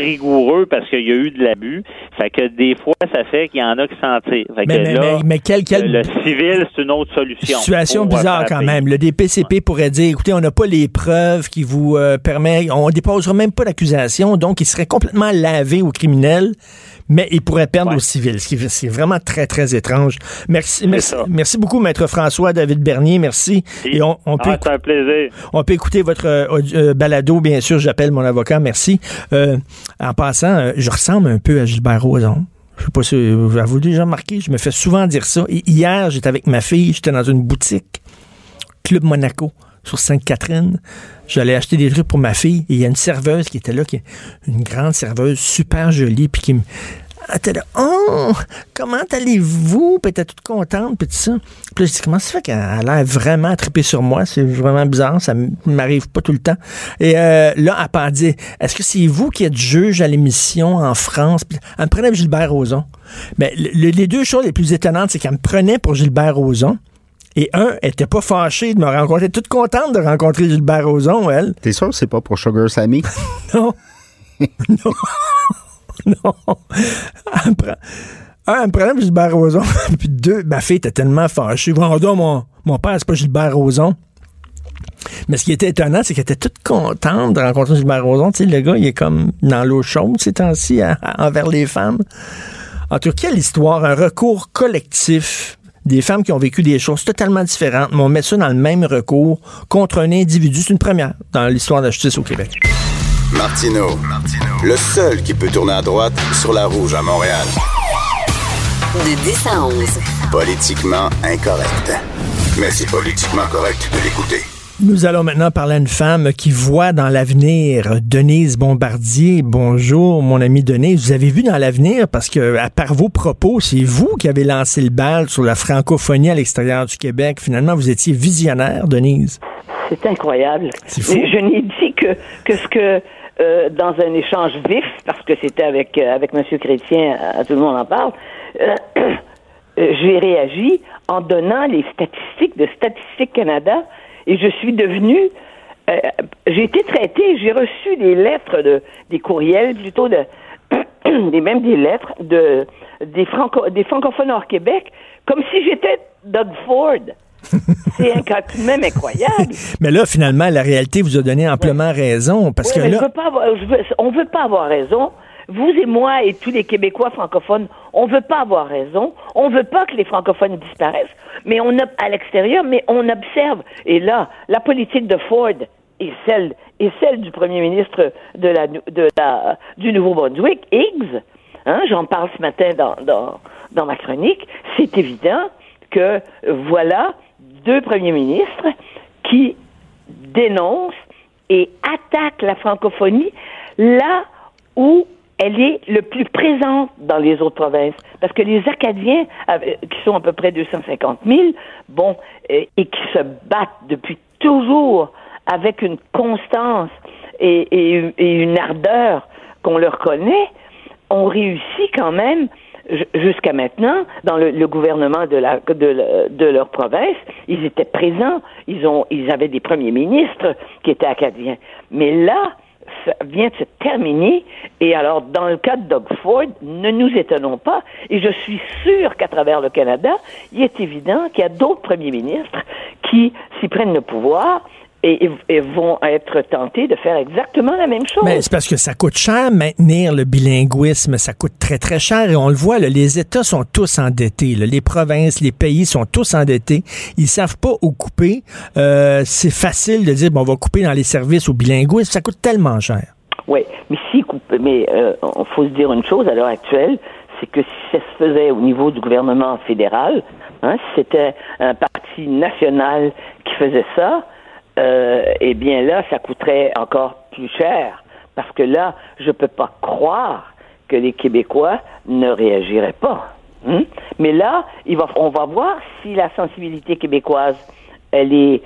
rigoureux parce qu'il y a eu de l'abus. Fait que des fois, ça fait qu'il y en a qui s'en tirent. Fait mais, que mais, là, mais, mais quel, quel... le civil, c'est une autre solution. Situation bizarre quand même. Le D P C P ouais. pourrait dire, écoutez, on n'a pas les preuves qui vous euh, permettent, on déposera même pas d'accusation, donc il serait complètement lavé aux criminels, mais il pourrait perdre ouais. aux civils. Ce qui c'est vraiment très, très étrange. Merci, merci, merci beaucoup, Maître François David Bernier. Merci. Et, Et on, on peut, ah, c'est un plaisir. On peut écouter votre euh, euh, balado, bien sûr. J'appelle mon avocat. Merci. Euh, en passant, euh, je ressemble un peu à Gilbert Rozon. Je sais pas si vous avez déjà remarqué, je me fais souvent dire ça. Et hier, j'étais avec ma fille, j'étais dans une boutique, Club Monaco, sur Sainte-Catherine. J'allais acheter des trucs pour ma fille et il y a une serveuse qui était là, qui est une grande serveuse, super jolie, puis qui me... Elle était là, oh, comment allez-vous? Puis elle était toute contente, puis tout ça. Puis là, je dis, comment ça fait qu'elle a l'air vraiment trippée sur moi? C'est vraiment bizarre, ça m'arrive pas tout le temps. Et euh, là, elle m'a dit, est-ce que c'est vous qui êtes juge à l'émission en France? Puis elle me prenait pour Gilbert Rozon. Mais le, les deux choses les plus étonnantes, c'est qu'elle me prenait pour Gilbert Rozon. Et un, elle était pas fâchée de me rencontrer, elle était toute contente de rencontrer Gilbert Rozon, elle. T'es sûr que c'est pas pour Sugar Sammy? Non. Non. Non. Elle me prend... Un, elle me prenait pour Gilbert Rozon. Puis deux, ma fille était tellement fâchée. Vendons, mon, mon père, c'est pas Gilbert Rozon. Mais ce qui était étonnant, c'est qu'elle était toute contente de rencontrer Gilbert Rozon. Tu sais, le gars, il est comme dans l'eau chaude ces temps-ci hein, envers les femmes. En tout cas, quelle histoire, un recours collectif des femmes qui ont vécu des choses totalement différentes, mais on met ça dans le même recours contre un individu. C'est une première dans l'histoire de la justice au Québec. Martineau, le seul qui peut tourner à droite sur la rouge à Montréal. De dix à onze. Politiquement incorrect. Mais c'est politiquement correct de l'écouter. Nous allons maintenant parler à une femme qui voit dans l'avenir. Denise Bombardier. Bonjour, mon ami Denise. Vous avez vu dans l'avenir parce que, à part vos propos, c'est vous qui avez lancé le bal sur la francophonie à l'extérieur du Québec. Finalement, vous étiez visionnaire, Denise. C'est incroyable. C'est fou. Mais je n'ai dit que, que ce que, euh, dans un échange vif, parce que c'était avec, euh, avec M. Chrétien, à, à tout le monde en parle, euh, euh, j'ai réagi en donnant les statistiques de Statistique Canada et je suis devenue, euh, j'ai été traitée, j'ai reçu des lettres, de, des courriels plutôt, de, des, même des lettres de, des, franco, des francophones hors Québec, comme si j'étais Doug Ford. C'est un cas tout de même incroyable. Mais là, finalement, la réalité vous a donné amplement oui. raison. Parce oui, que là... je veux pas avoir, je veux, on ne veut pas avoir raison. Vous et moi et tous les Québécois francophones, on ne veut pas avoir raison. On ne veut pas que les francophones disparaissent. Mais on a, à l'extérieur, mais on observe. Et là, la politique de Ford et celle, et celle du premier ministre de la, de la, du Nouveau-Brunswick, Higgs, hein, j'en parle ce matin dans, dans, dans ma chronique, c'est évident que voilà deux premiers ministres qui dénoncent et attaquent la francophonie là où elle est le plus présente dans les autres provinces. Parce que les Acadiens, qui sont à peu près deux cent cinquante mille, bon, et, et qui se battent depuis toujours avec une constance et, et, et une ardeur qu'on leur connaît, ont réussi quand même jusqu'à maintenant, dans le, le gouvernement de, la, de, de leur province, ils étaient présents, ils, ont, ils avaient des premiers ministres qui étaient acadiens. Mais là, ça vient de se terminer, et alors, dans le cas de Doug Ford, ne nous étonnons pas, et je suis sûr qu'à travers le Canada, il est évident qu'il y a d'autres premiers ministres qui s'y prennent le pouvoir, Et, et vont être tentés de faire exactement la même chose. Mais c'est parce que ça coûte cher maintenir le bilinguisme, ça coûte très très cher et on le voit, là, les États sont tous endettés, là, les provinces, les pays sont tous endettés, ils savent pas où couper, euh, c'est facile de dire bon, on va couper dans les services au bilinguisme, ça coûte tellement cher. Oui, mais si mais euh, on faut se dire une chose à l'heure actuelle, c'est que si ça se faisait au niveau du gouvernement fédéral, hein, si c'était un parti national qui faisait ça, Euh, eh bien là, ça coûterait encore plus cher. Parce que là, je peux pas croire que les Québécois ne réagiraient pas. Hein? Mais là, il va, on va voir si la sensibilité québécoise, elle est...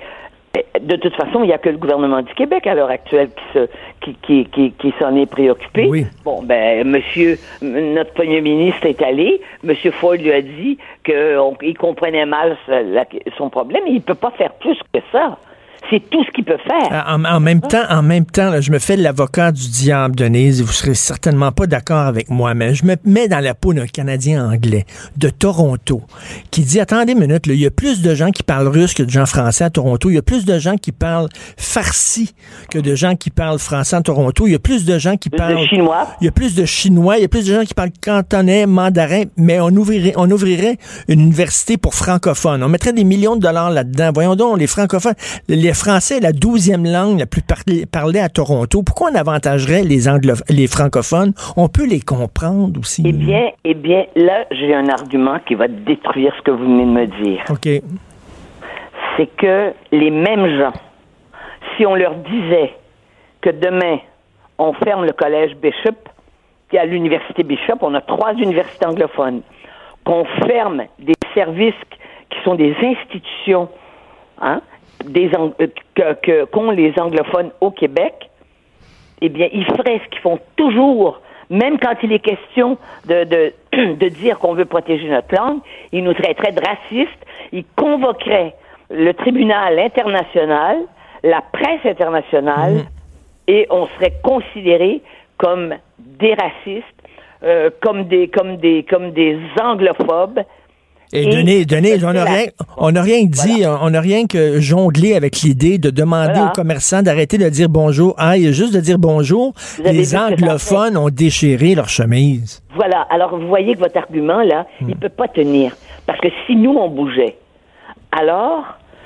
De toute façon, il n'y a que le gouvernement du Québec à l'heure actuelle qui se, qui, qui, qui, qui s'en est préoccupé. Oui. Bon, ben, monsieur, notre premier ministre est allé. Monsieur Ford lui a dit qu'il comprenait mal la, son problème et il peut pas faire plus que ça. c'est tout ce qu'il peut faire. En, en même temps, en même temps, là, je me fais l'avocat du diable, Denise, et vous serez certainement pas d'accord avec moi, mais je me mets dans la peau d'un Canadien anglais de Toronto qui dit, attendez une minute, là, il y a plus de gens qui parlent russe que de gens français à Toronto, il y a plus de gens qui parlent farsi que de gens qui parlent français à Toronto, il y a plus de gens qui Plus parlent... de Chinois. Il y a plus de Chinois, il y a plus de gens qui parlent cantonais, mandarin, mais on ouvrirait, on ouvrirait une université pour francophones. On mettrait des millions de dollars là-dedans. Voyons donc, les francophones, les Français, la douzième langue la plus parlée, parlée à Toronto. Pourquoi on avantagerait les anglo- les francophones? On peut les comprendre aussi. Eh bien, eh bien, là, j'ai un argument qui va détruire ce que vous venez de me dire. OK. C'est que les mêmes gens, si on leur disait que demain, on ferme le collège Bishop, puis à l'université Bishop, on a trois universités anglophones, qu'on ferme des services qui sont des institutions, hein, des ang- que, que, qu'ont les anglophones au Québec, eh bien, ils feraient ce qu'ils font toujours, même quand il est question de, de, de dire qu'on veut protéger notre langue, ils nous traiteraient de racistes, ils convoqueraient le tribunal international, la presse internationale, mmh. et on serait considérés comme des racistes, euh, comme des, comme des, comme des anglophobes. Et, et Denis, Denis, on n'a rien, on n'a rien dit, voilà. on n'a rien que jonglé avec l'idée de demander voilà. aux commerçants d'arrêter de dire bonjour. Ah, il y a juste de dire bonjour. Les anglophones ont déchiré leur chemise. Voilà. Alors, vous voyez que votre argument, là, hmm. il peut pas tenir. Parce que si nous, on bougeait, alors,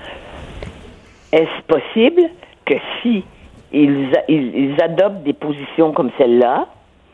est-ce possible que si ils, ils, ils adoptent des positions comme celle-là,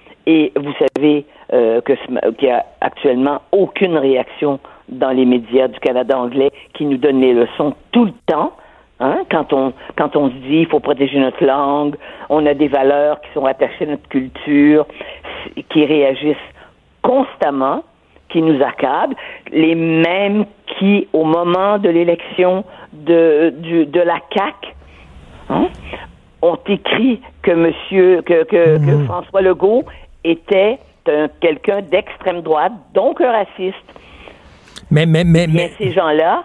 et vous savez euh, que qu'il y a actuellement aucune réaction dans les médias du Canada anglais qui nous donnent les leçons tout le temps, hein, quand on quand on se dit il faut protéger notre langue, on a des valeurs qui sont attachées à notre culture, qui réagissent constamment, qui nous accablent, les mêmes qui, au moment de l'élection de du, de la C A Q, hein, ont écrit que Monsieur que que, mmh. que François Legault était un, quelqu'un d'extrême droite, donc un raciste. Mais, mais, mais, bien, mais... ces gens-là,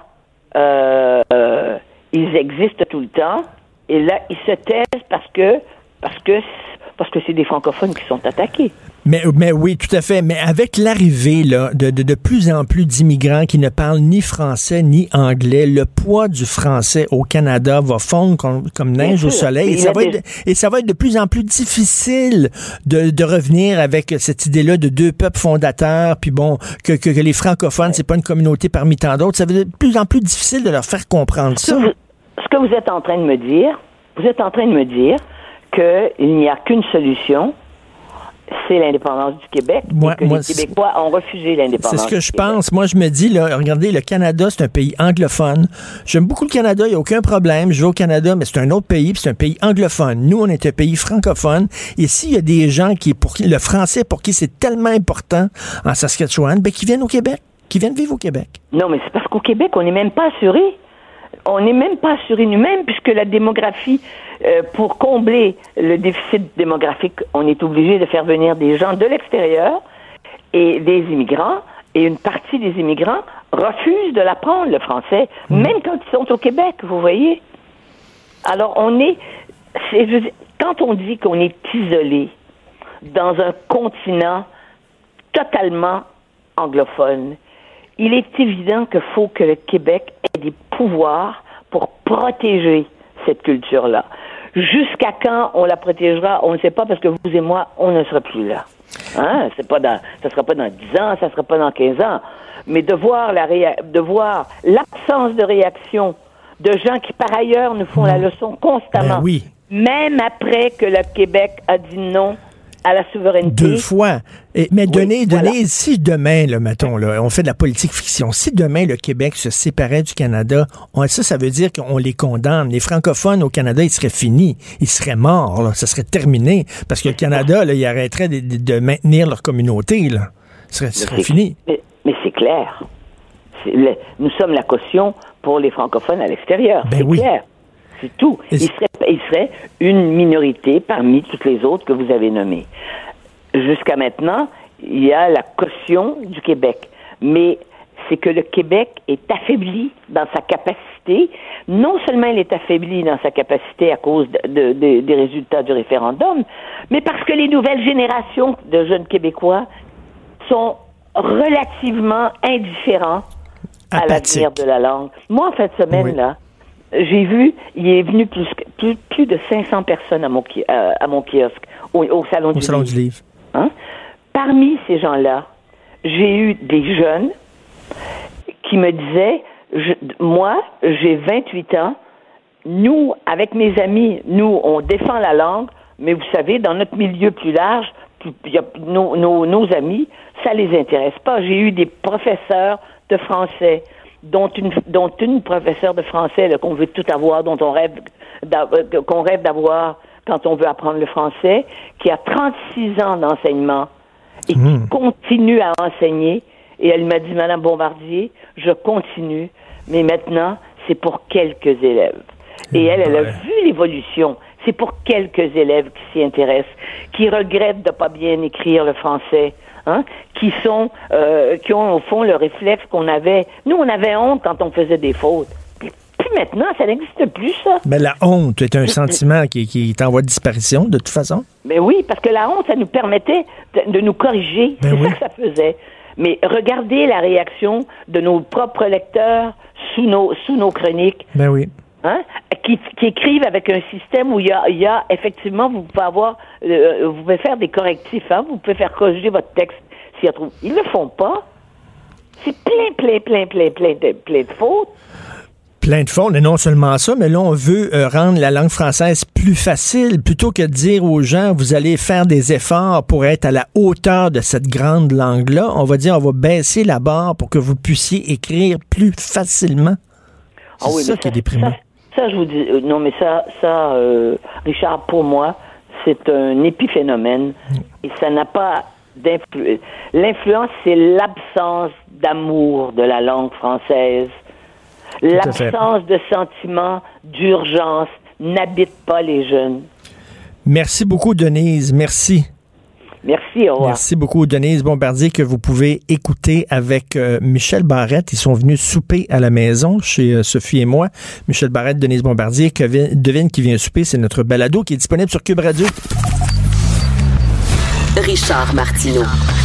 euh, euh, ils existent tout le temps, et là, ils se taisent parce que, parce que, parce que c'est des francophones qui sont attaqués. Mais, mais oui, tout à fait. Mais avec l'arrivée là, de, de, de plus en plus d'immigrants qui ne parlent ni français ni anglais, le poids du français au Canada va fondre comme, comme neige au soleil. Et ça, va des... être, et ça va être de plus en plus difficile de, de revenir avec cette idée-là de deux peuples fondateurs, puis bon, que, que, que les francophones, c'est pas une communauté parmi tant d'autres. Ça va être de plus en plus difficile de leur faire comprendre ça. Ce que vous, ce que vous êtes en train de me dire, vous êtes en train de me dire qu'il n'y a qu'une solution, c'est l'indépendance du Québec. Moi, et que moi, les Québécois ont refusé l'indépendance. C'est ce que du je Québec. pense. Moi, je me dis, là, regardez, le Canada, c'est un pays anglophone. J'aime beaucoup le Canada, il n'y a aucun problème. Je vais au Canada, mais c'est un autre pays, puis c'est un pays anglophone. Nous, on est un pays francophone. Et s'il y a des gens qui, pour qui, le français, pour qui c'est tellement important en Saskatchewan, ben, qui viennent au Québec, qui viennent vivre au Québec. Non, mais c'est parce qu'au Québec, on n'est même pas assuré. On n'est même pas assuré nous-mêmes, puisque la démographie, euh, pour combler le déficit démographique, on est obligé de faire venir des gens de l'extérieur et des immigrants, et une partie des immigrants refusent de l'apprendre, le français, mmh. même quand ils sont au Québec, vous voyez. Alors, on est... c'est, je veux dire, quand on dit qu'on est isolé dans un continent totalement anglophone, il est évident qu'il faut que le Québec ait des pouvoirs pour protéger cette culture-là. Jusqu'à quand on la protégera, on ne sait pas, parce que vous et moi, on ne sera plus là. Hein? C'est pas dans, ça ne sera pas dans dix ans, ça ne sera pas dans quinze ans. Mais de voir, la réa- de voir l'absence de réaction de gens qui, par ailleurs, nous font mmh. la leçon constamment, ben oui. même après que le Québec a dit non à la souveraineté. Deux fois. Et, mais donnez, oui, donnez, voilà. si demain, là, mettons, là, on fait de la politique fiction, si demain le Québec se séparait du Canada, on, ça, ça veut dire qu'on les condamne. Les francophones au Canada, ils seraient finis. Ils seraient morts, là. Ça serait terminé. Parce que le Canada, là, il arrêterait de, de, de maintenir leur communauté, là. Ce serait, serait fini. Mais, mais c'est clair. C'est le, nous sommes la caution pour les francophones à l'extérieur. Ben c'est oui. clair. C'est tout. Il serait, il serait une minorité parmi toutes les autres que vous avez nommées. Jusqu'à maintenant, il y a la caution du Québec. Mais c'est que le Québec est affaibli dans sa capacité. Non seulement il est affaibli dans sa capacité à cause de, de, de, des résultats du référendum, mais parce que les nouvelles générations de jeunes Québécois sont relativement indifférents à l'avenir de la langue. Moi, en fin de semaine, oui. là, j'ai vu, il est venu plus, plus, plus de cinq cents personnes à mon, euh, à mon kiosque, au, au Salon, au du, salon livre. du Livre. Hein? Parmi ces gens-là, j'ai eu des jeunes qui me disaient, je, moi, j'ai vingt-huit ans, nous, avec mes amis, nous, on défend la langue, mais vous savez, dans notre milieu plus large, y a, nos, nos, nos amis, ça les intéresse pas. J'ai eu des professeurs de français, dont une, dont une professeure de français là, qu'on veut tout avoir, dont on rêve qu'on rêve d'avoir quand on veut apprendre le français, qui a trente-six ans d'enseignement et qui mmh. continue à enseigner. Et elle m'a dit, Madame Bombardier, je continue, mais maintenant, c'est pour quelques élèves. Et elle, elle a vu l'évolution. C'est pour quelques élèves qui s'y intéressent, qui regrettent de pas bien écrire le français, hein, qui sont, euh, qui ont au fond le réflexe qu'on avait. Nous, on avait honte quand on faisait des fautes. Puis, puis maintenant, ça n'existe plus, ça. Mais la honte est un sentiment qui, qui est en voie de disparition, de toute façon. Mais oui, parce que la honte, ça nous permettait de, de nous corriger. Ben c'est oui. ça que ça faisait. Mais regardez la réaction de nos propres lecteurs sous nos, sous nos chroniques. Ben oui. Hein? Qui, qui écrivent avec un système où il y a, il y a effectivement, vous pouvez avoir, euh, vous pouvez faire des correctifs, hein? Vous pouvez faire corriger votre texte s'il y a trop. Ils le font pas. C'est plein, plein, plein, plein, plein de, plein de fautes. Plein de fautes, et non seulement ça, mais là, on veut euh, rendre la langue française plus facile, plutôt que de dire aux gens, vous allez faire des efforts pour être à la hauteur de cette grande langue-là. On va dire, on va baisser la barre pour que vous puissiez écrire plus facilement. C'est ah oui, ça qui ça, est déprimant. Ça, ça, je vous dis, euh, non, mais ça, ça euh, Richard, pour moi, c'est un épiphénomène mmh. et ça n'a pas d'influence. L'influence, c'est l'absence d'amour de la langue française. L'absence de sentiment d'urgence n'habite pas les jeunes. Merci beaucoup, Denise. Merci. Merci, au revoir. Merci beaucoup, Denise Bombardier, que vous pouvez écouter avec euh, Michel Barrette. Ils sont venus souper à la maison chez euh, Sophie et moi. Michel Barrette, Denise Bombardier, que vi- devine qui vient souper. C'est notre balado qui est disponible sur Cube Radio. Richard Martineau.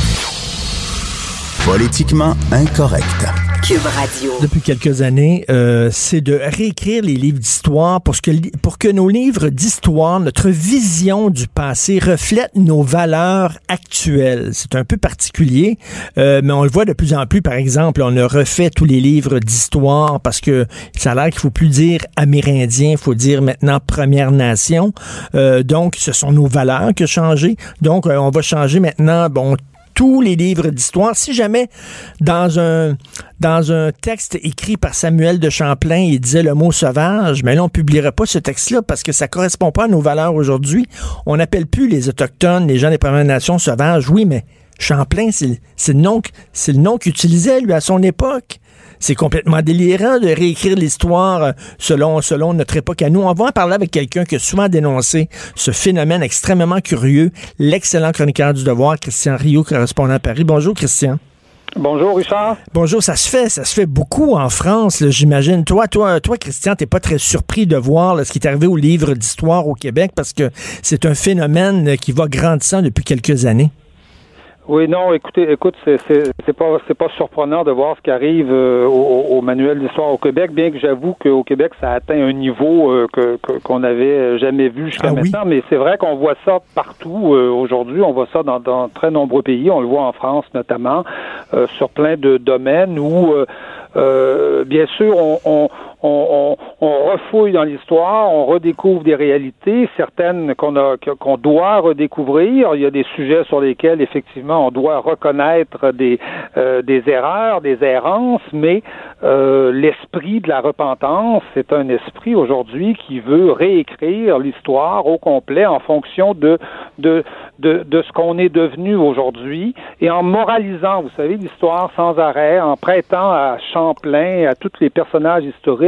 Politiquement incorrect. Cube Radio. Depuis quelques années, euh, c'est de réécrire les livres d'histoire pour, ce que, pour que nos livres d'histoire, notre vision du passé reflète nos valeurs actuelles. C'est un peu particulier, euh, mais on le voit de plus en plus. Par exemple, on a refait tous les livres d'histoire parce que ça a l'air qu'il faut plus dire Amérindien, il faut dire maintenant Première Nation. Euh, donc, ce sont nos valeurs qui ont changé. Donc, euh, on va changer maintenant, bon, tous les livres d'histoire. Si jamais dans un dans un texte écrit par Samuel de Champlain, il disait le mot sauvage, mais là, on ne publierait pas ce texte-là parce que ça ne correspond pas à nos valeurs aujourd'hui. On n'appelle plus les Autochtones, les gens des Premières Nations sauvages. Oui, mais Champlain, c'est, c'est le nom, c'est le nom qu'il utilisait, lui, à son époque. C'est complètement délirant de réécrire l'histoire selon, selon notre époque à nous. On va en parler avec quelqu'un qui a souvent dénoncé ce phénomène extrêmement curieux, l'excellent chroniqueur du Devoir, Christian Rioux, correspondant à Paris. Bonjour, Christian. Bonjour, Richard. Bonjour, ça se fait, ça se fait beaucoup en France, là, j'imagine. Toi, toi, toi, Christian, t'es pas très surpris de voir là, ce qui est arrivé au livre d'histoire au Québec parce que c'est un phénomène qui va grandissant depuis quelques années. Oui, non, écoutez, écoute, c'est, c'est, c'est pas, c'est pas surprenant de voir ce qui arrive euh, au, au manuel d'histoire au Québec, bien que j'avoue qu'au Québec, ça atteint un niveau euh, que, que, qu'on n'avait jamais vu jusqu'à ah, maintenant, oui? Mais c'est vrai qu'on voit ça partout euh, aujourd'hui, on voit ça dans, dans très nombreux pays, on le voit en France notamment, euh, sur plein de domaines où, euh, euh, bien sûr, on, on On, on, on refouille dans l'histoire, on redécouvre des réalités, certaines qu'on a, qu'on doit redécouvrir. Il y a des sujets sur lesquels, effectivement, on doit reconnaître des, euh, des erreurs, des errances, mais euh, l'esprit de la repentance, c'est un esprit aujourd'hui qui veut réécrire l'histoire au complet en fonction de, de, de, de ce qu'on est devenu aujourd'hui et en moralisant, vous savez, l'histoire sans arrêt, en prêtant à Champlain, à tous les personnages historiques,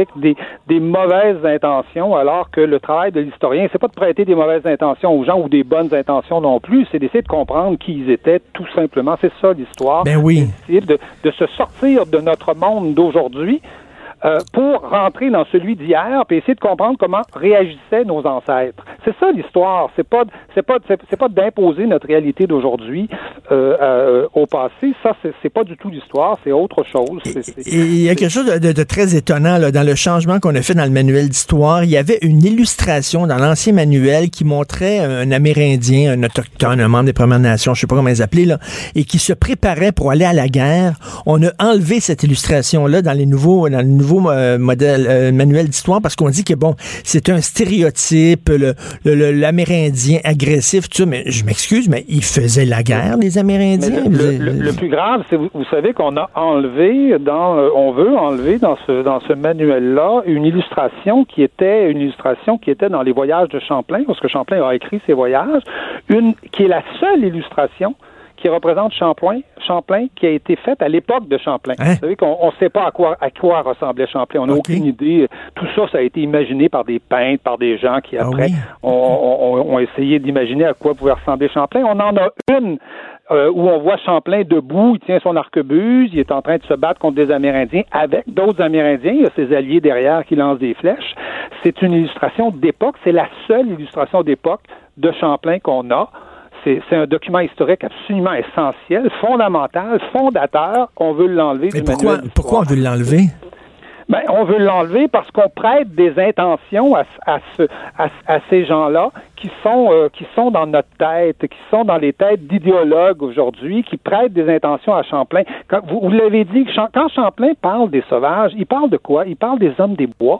historique des, des mauvaises intentions, alors que le travail de l'historien, c'est pas de prêter des mauvaises intentions aux gens ou des bonnes intentions non plus, c'est d'essayer de comprendre qui ils étaient, tout simplement. C'est ça l'histoire. Ben oui. C'est de, de se sortir de notre monde d'aujourd'hui Euh, pour rentrer dans celui d'hier, puis essayer de comprendre comment réagissaient nos ancêtres. C'est ça l'histoire. C'est pas, c'est pas, c'est, c'est pas d'imposer notre réalité d'aujourd'hui euh, euh, au passé. Ça, c'est, c'est pas du tout l'histoire. C'est autre chose. C'est, c'est, Et il y a quelque chose de, de, de très étonnant là, dans le changement qu'on a fait dans le manuel d'histoire. Il y avait une illustration dans l'ancien manuel qui montrait un Amérindien, un autochtone, un membre des Premières Nations, je sais pas comment les appeler là, et qui se préparait pour aller à la guerre. On a enlevé cette illustration-là dans les nouveaux, dans le nouveau Euh, modèle euh, manuel d'histoire parce qu'on dit que bon, c'est un stéréotype, le, le, le, l'Amérindien agressif, tout ça, mais je m'excuse, mais ils faisaient la guerre, les Amérindiens. Le, le, le, le plus grave, c'est vous, vous savez qu'on a enlevé dans, euh, on veut enlever dans ce dans ce manuel-là une illustration qui était une illustration qui était dans les voyages de Champlain, parce que Champlain a écrit ses voyages, une qui est la seule illustration qui représente Champlain, Champlain, qui a été faite à l'époque de Champlain. Hein? Vous savez qu'on ne sait pas à quoi, à quoi ressemblait Champlain. On n'a okay. aucune idée. Tout ça, ça a été imaginé par des peintres, par des gens qui, après, ah oui. ont, ont, ont essayé d'imaginer à quoi pouvait ressembler Champlain. On en a une euh, où on voit Champlain debout, il tient son arquebuse, il est en train de se battre contre des Amérindiens avec d'autres Amérindiens. Il y a ses alliés derrière qui lancent des flèches. C'est une illustration d'époque. C'est la seule illustration d'époque de Champlain qu'on a. C'est, c'est un document historique absolument essentiel, fondamental, fondateur. On veut l'enlever Mais du pourquoi, manuel d'histoire. Pourquoi on veut l'enlever? Ben, on veut l'enlever parce qu'on prête des intentions à, à, ce, à, à ces gens-là qui sont, euh, qui sont dans notre tête, qui sont dans les têtes d'idéologues aujourd'hui, qui prêtent des intentions à Champlain. Quand, vous, vous l'avez dit, quand Champlain parle des sauvages, il parle de quoi? Il parle des hommes des bois.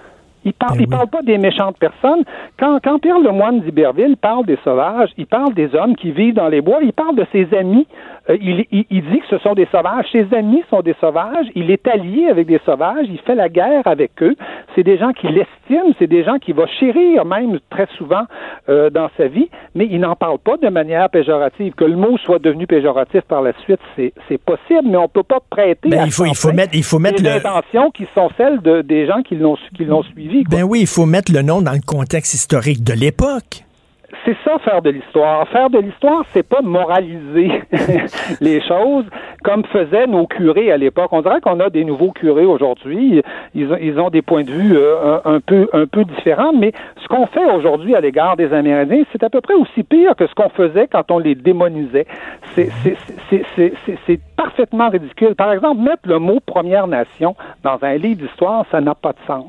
Il parle, ben il oui. parle pas des méchantes personnes. Quand, quand Pierre Lemoine d'Iberville parle des sauvages, il parle des hommes qui vivent dans les bois, il parle de ses amis. Euh, il, il, il dit que ce sont des sauvages. Ses amis sont des sauvages. Il est allié avec des sauvages. Il fait la guerre avec eux. C'est des gens qui l'estiment. C'est des gens qui vont chérir même très souvent euh, dans sa vie. Mais il n'en parle pas de manière péjorative. Que le mot soit devenu péjoratif par la suite, c'est, c'est possible, mais on peut pas prêter ben, à il faut, il faut mettre, il faut mettre des le... intentions qui sont celles de, des gens qui l'ont, qui l'ont suivi. Quoi. Ben oui, il faut mettre le nom dans le contexte historique de l'époque. C'est ça, faire de l'histoire. Faire de l'histoire, c'est pas moraliser les choses comme faisaient nos curés à l'époque. On dirait qu'on a des nouveaux curés aujourd'hui. Ils ont, ils ont des points de vue euh, un, un peu, un peu différents, mais ce qu'on fait aujourd'hui à l'égard des Amérindiens, c'est à peu près aussi pire que ce qu'on faisait quand on les démonisait. C'est, c'est, c'est, c'est, c'est, c'est parfaitement ridicule. Par exemple, mettre le mot Première Nation dans un livre d'histoire, ça n'a pas de sens.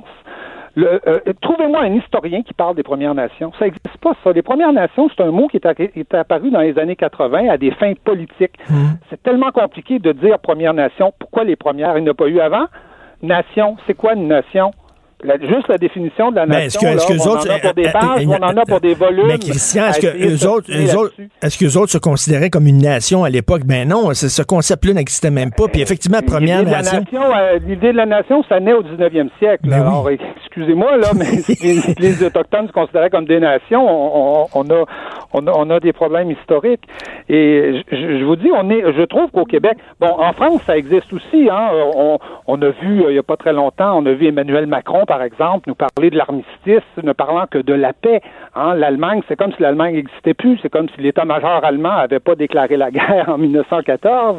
Le, euh, trouvez-moi un historien qui parle des Premières Nations. Ça n'existe pas, ça. Les Premières Nations, c'est un mot qui est, a, est apparu dans les années quatre-vingts à des fins politiques. Mmh. C'est tellement compliqué de dire Première Nation. Pourquoi les premières? Il n'y en a pas eu avant. Nation, c'est quoi une nation? La, juste la définition de la mais nation, est-ce que, est-ce là, que on autres, en a pour des pages, on en a pour des volumes. Mais Christian, est-ce que eux autres, eux autres, est-ce que eux autres se considéraient comme une nation à l'époque? Ben non, ce, ce concept-là n'existait même pas. Puis effectivement, Première l'idée Nation... De la nation euh, l'idée de la nation, ça naît au dix-neuvième siècle. Mais Alors, oui. excusez-moi, là, mais les, les Autochtones se considéraient comme des nations. On, on, on, a, on, a, on a des problèmes historiques. Et je, je vous dis, on est, je trouve qu'au Québec, bon, en France, ça existe aussi. Hein, on, on a vu, il n'y a pas très longtemps, on a vu Emmanuel Macron, par exemple, nous parler de l'armistice, ne parlant que de la paix. Hein, L'Allemagne, c'est comme si l'Allemagne n'existait plus. C'est comme si l'état-major allemand n'avait pas déclaré la guerre en dix-neuf cent quatorze,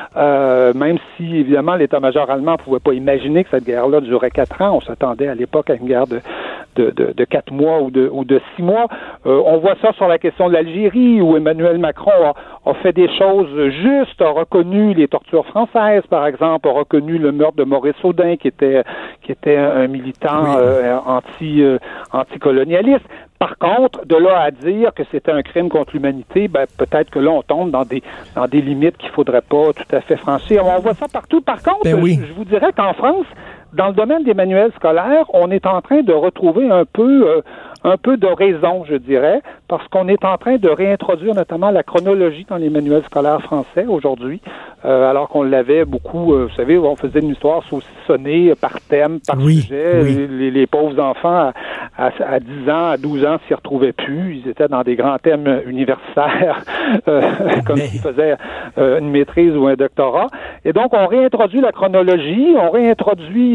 euh, même si, évidemment, l'état-major allemand ne pouvait pas imaginer que cette guerre-là durait quatre ans. On s'attendait à l'époque à une guerre de, de, de, de quatre mois ou de, ou de six mois. Euh, on voit ça sur la question de l'Algérie, où Emmanuel Macron a, a fait des choses justes, a reconnu les tortures françaises, par exemple, a reconnu le meurtre de Maurice Audin, qui était, qui était un militant oui. euh, anti, euh, anticolonialiste. Par contre, de là à dire que c'était un crime contre l'humanité, ben peut-être que là on tombe dans des dans des limites qu'il faudrait pas tout à fait franchir. On voit ça partout. Par contre, ben oui. je, je vous dirais qu'en France, dans le domaine des manuels scolaires, on est en train de retrouver un peu euh, un peu de raison, je dirais, parce qu'on est en train de réintroduire notamment la chronologie dans les manuels scolaires français aujourd'hui, euh, alors qu'on l'avait beaucoup, euh, vous savez, on faisait une histoire saucissonnée par thème, par oui, sujet. Oui. Les, les pauvres enfants à, à, à dix ans, à douze ans, s'y retrouvaient plus. Ils étaient dans des grands thèmes universitaires, euh, comme Mais... s'ils faisaient euh, une maîtrise ou un doctorat. Et donc, on réintroduit la chronologie, on réintroduit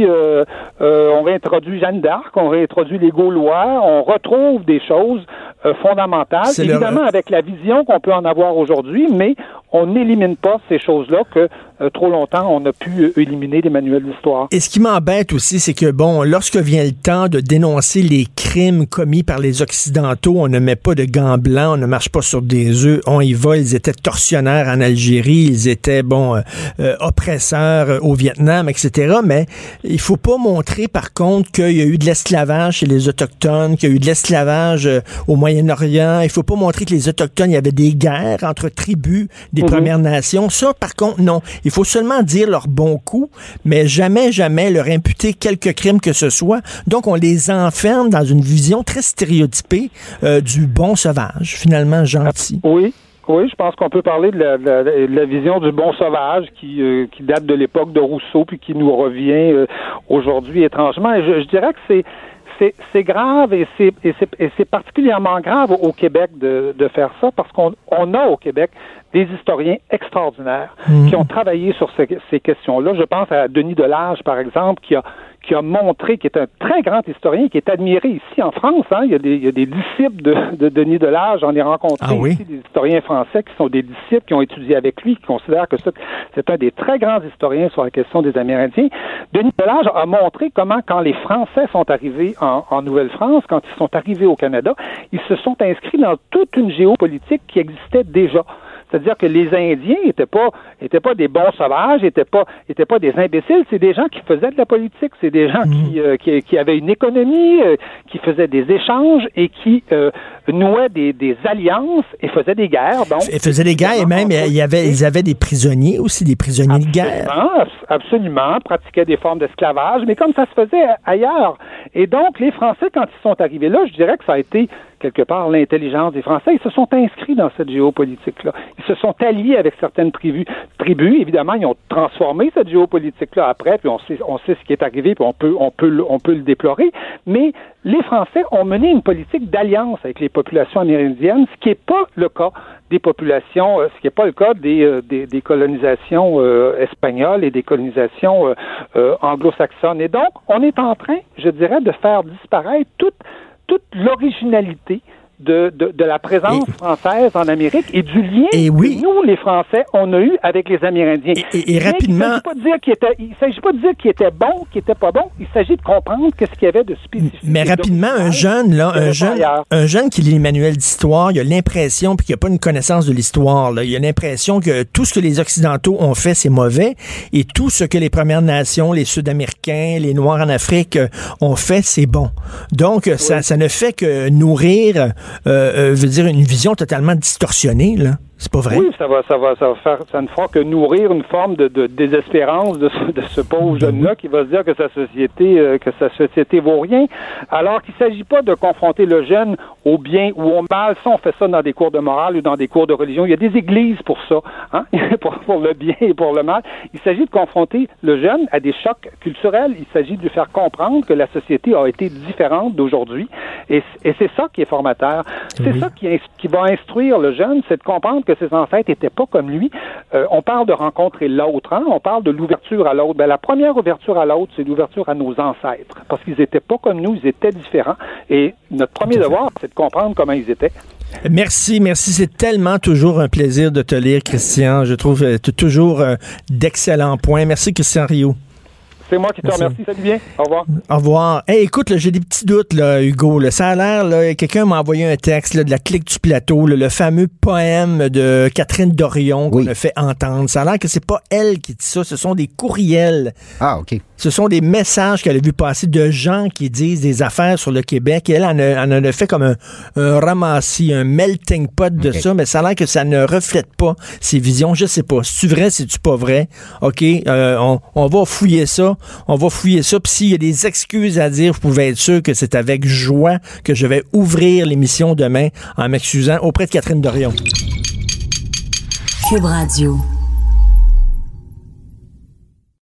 euh, euh, on réintroduit Jeanne d'Arc, on réintroduit les Gaulois, on retrouve des choses euh, fondamentales, c'est évidemment le... avec la vision qu'on peut en avoir aujourd'hui, mais on n'élimine pas ces choses-là que euh, trop longtemps on a pu euh, éliminer des manuels d'histoire. Et ce qui m'embête aussi, c'est que, bon, lorsque vient le temps de dénoncer les crimes commis par les Occidentaux, on ne met pas de gants blancs, on ne marche pas sur des œufs, on y va, ils étaient tortionnaires en Algérie, ils étaient, bon, euh, euh, oppresseurs euh, au Vietnam, et cetera. Mais il faut pas montrer, par contre, qu'il y a eu de l'esclavage chez les Autochtones, qu'il y a eu de l'esclavage euh, au Moyen-Orient. Il faut pas montrer que les Autochtones, il y avait des guerres entre tribus des mm-hmm. Premières Nations. Ça, par contre, non. Il faut seulement dire leurs bons coups, mais jamais, jamais leur imputer quelque crime que ce soit. Donc, on les enferme dans une vision très stéréotypée euh, du bon sauvage, finalement gentil. Oui. Oui, je pense qu'on peut parler de la, de la, de la vision du bon sauvage qui, euh, qui date de l'époque de Rousseau puis qui nous revient euh, aujourd'hui étrangement. Et je, je dirais que c'est C'est, c'est grave et c'est, et, c'est, et c'est particulièrement grave au Québec de, de faire ça parce qu'on on a au Québec des historiens extraordinaires mmh. qui ont travaillé sur ces, ces questions-là. Je pense à Denis Delage, par exemple, qui a qui a montré, qui est un très grand historien, qui est admiré ici en France. Hein. Il y a des, il y a des disciples de, de Denis Delage. J'en ai rencontré ah oui? ici des historiens français qui sont des disciples, qui ont étudié avec lui, qui considèrent que ça, c'est un des très grands historiens sur la question des Amérindiens. Denis Delage a montré comment, quand les Français sont arrivés en, en Nouvelle-France, quand ils sont arrivés au Canada, ils se sont inscrits dans toute une géopolitique qui existait déjà. C'est-à-dire que les Indiens étaient pas étaient pas des bons sauvages, étaient pas étaient pas des imbéciles, c'est des gens qui faisaient de la politique, c'est des gens mmh. qui, euh, qui qui avaient une économie, euh, qui faisaient des échanges et qui euh, nouaient des, des alliances et faisaient des guerres. Donc, ils faisaient des guerres et même il y avait ils avaient des prisonniers aussi, des prisonniers absolument, de guerre. Absolument, pratiquaient des formes d'esclavage, mais comme ça se faisait ailleurs. Et donc les Français, quand ils sont arrivés là, je dirais que ça a été quelque part l'intelligence des Français. Ils se sont inscrits dans cette géopolitique-là. Ils se sont alliés avec certaines tribus. tribus. Évidemment, ils ont transformé cette géopolitique-là après, puis on sait, on sait ce qui est arrivé, puis on peut, on peut, on peut le déplorer. Mais les Français ont mené une politique d'alliance avec les populations amérindiennes, ce qui n'est pas le cas des populations, ce qui n'est pas le cas des, des, des colonisations euh, espagnoles et des colonisations euh, euh, anglo-saxonnes. Et donc, on est en train, je dirais, de faire disparaître toute toute l'originalité de, de, de la présence et, française en Amérique et du lien et oui. que nous, les Français, on a eu avec les Amérindiens. Et, et, et rapidement... Il ne s'agit pas de dire qu'il était bon, qu'il était pas bon. Il s'agit de comprendre qu'est-ce qu'il y avait de spécifique. Mais rapidement, un jeune, là, un jeune, un jeune qui lit les manuels d'histoire, il a l'impression, puis qu'il n'a pas une connaissance de l'histoire, là, il a l'impression que tout ce que les Occidentaux ont fait, c'est mauvais, et tout ce que les Premières Nations, les Sud-Américains, les Noirs en Afrique ont fait, c'est bon. Donc, oui. ça, ça ne fait que nourrir... Euh, euh, veut dire une vision totalement distorsionnée, là. C'est pas vrai? Oui, ça va, ça va, ça va faire, ça ne fera que nourrir une forme de, de désespérance de ce, de ce pauvre jeune-là qui va se dire que sa société, euh, que sa société vaut rien. Alors qu'il ne s'agit pas de confronter le jeune au bien ou au mal. Ça, on fait ça dans des cours de morale ou dans des cours de religion. Il y a des églises pour ça, hein, pour, pour le bien et pour le mal. Il s'agit de confronter le jeune à des chocs culturels. Il s'agit de lui faire comprendre que la société a été différente d'aujourd'hui. Et, et c'est ça qui est formateur. C'est oui. ça qui, qui va instruire le jeune, c'est de comprendre que ses ancêtres n'étaient pas comme lui. Euh, on parle de rencontrer l'autre, hein? On parle de l'ouverture à l'autre. Ben, la première ouverture à l'autre, c'est l'ouverture à nos ancêtres, parce qu'ils n'étaient pas comme nous, ils étaient différents. Et notre premier devoir, c'est de comprendre comment ils étaient. Merci, merci. C'est tellement toujours un plaisir de te lire, Christian. Je trouve que tu as toujours euh, d'excellents points. Merci, Christian Rioux. C'est moi qui te Merci. remercie. Salut bien. Au revoir. Au revoir. Hey, écoute, là, j'ai des petits doutes, là, Hugo. Là. Ça a l'air, là, quelqu'un m'a envoyé un texte là, de la Clique du Plateau, là, le fameux poème de Catherine Dorion qu'on oui. a fait entendre. Ça a l'air que c'est pas elle qui dit ça, ce sont des courriels. Ah, OK. Ce sont des messages qu'elle a vu passer de gens qui disent des affaires sur le Québec. Et elle en a, en a fait comme un, un ramassis, un melting pot de okay. ça, mais ça a l'air que ça ne reflète pas ses visions. Je sais pas. C'est-tu vrai, c'est-tu pas vrai? OK, euh, on, on va fouiller ça. On va fouiller ça. Puis s'il y a des excuses à dire, vous pouvez être sûr que c'est avec joie que je vais ouvrir l'émission demain en m'excusant auprès de Catherine Dorion. Cube Radio.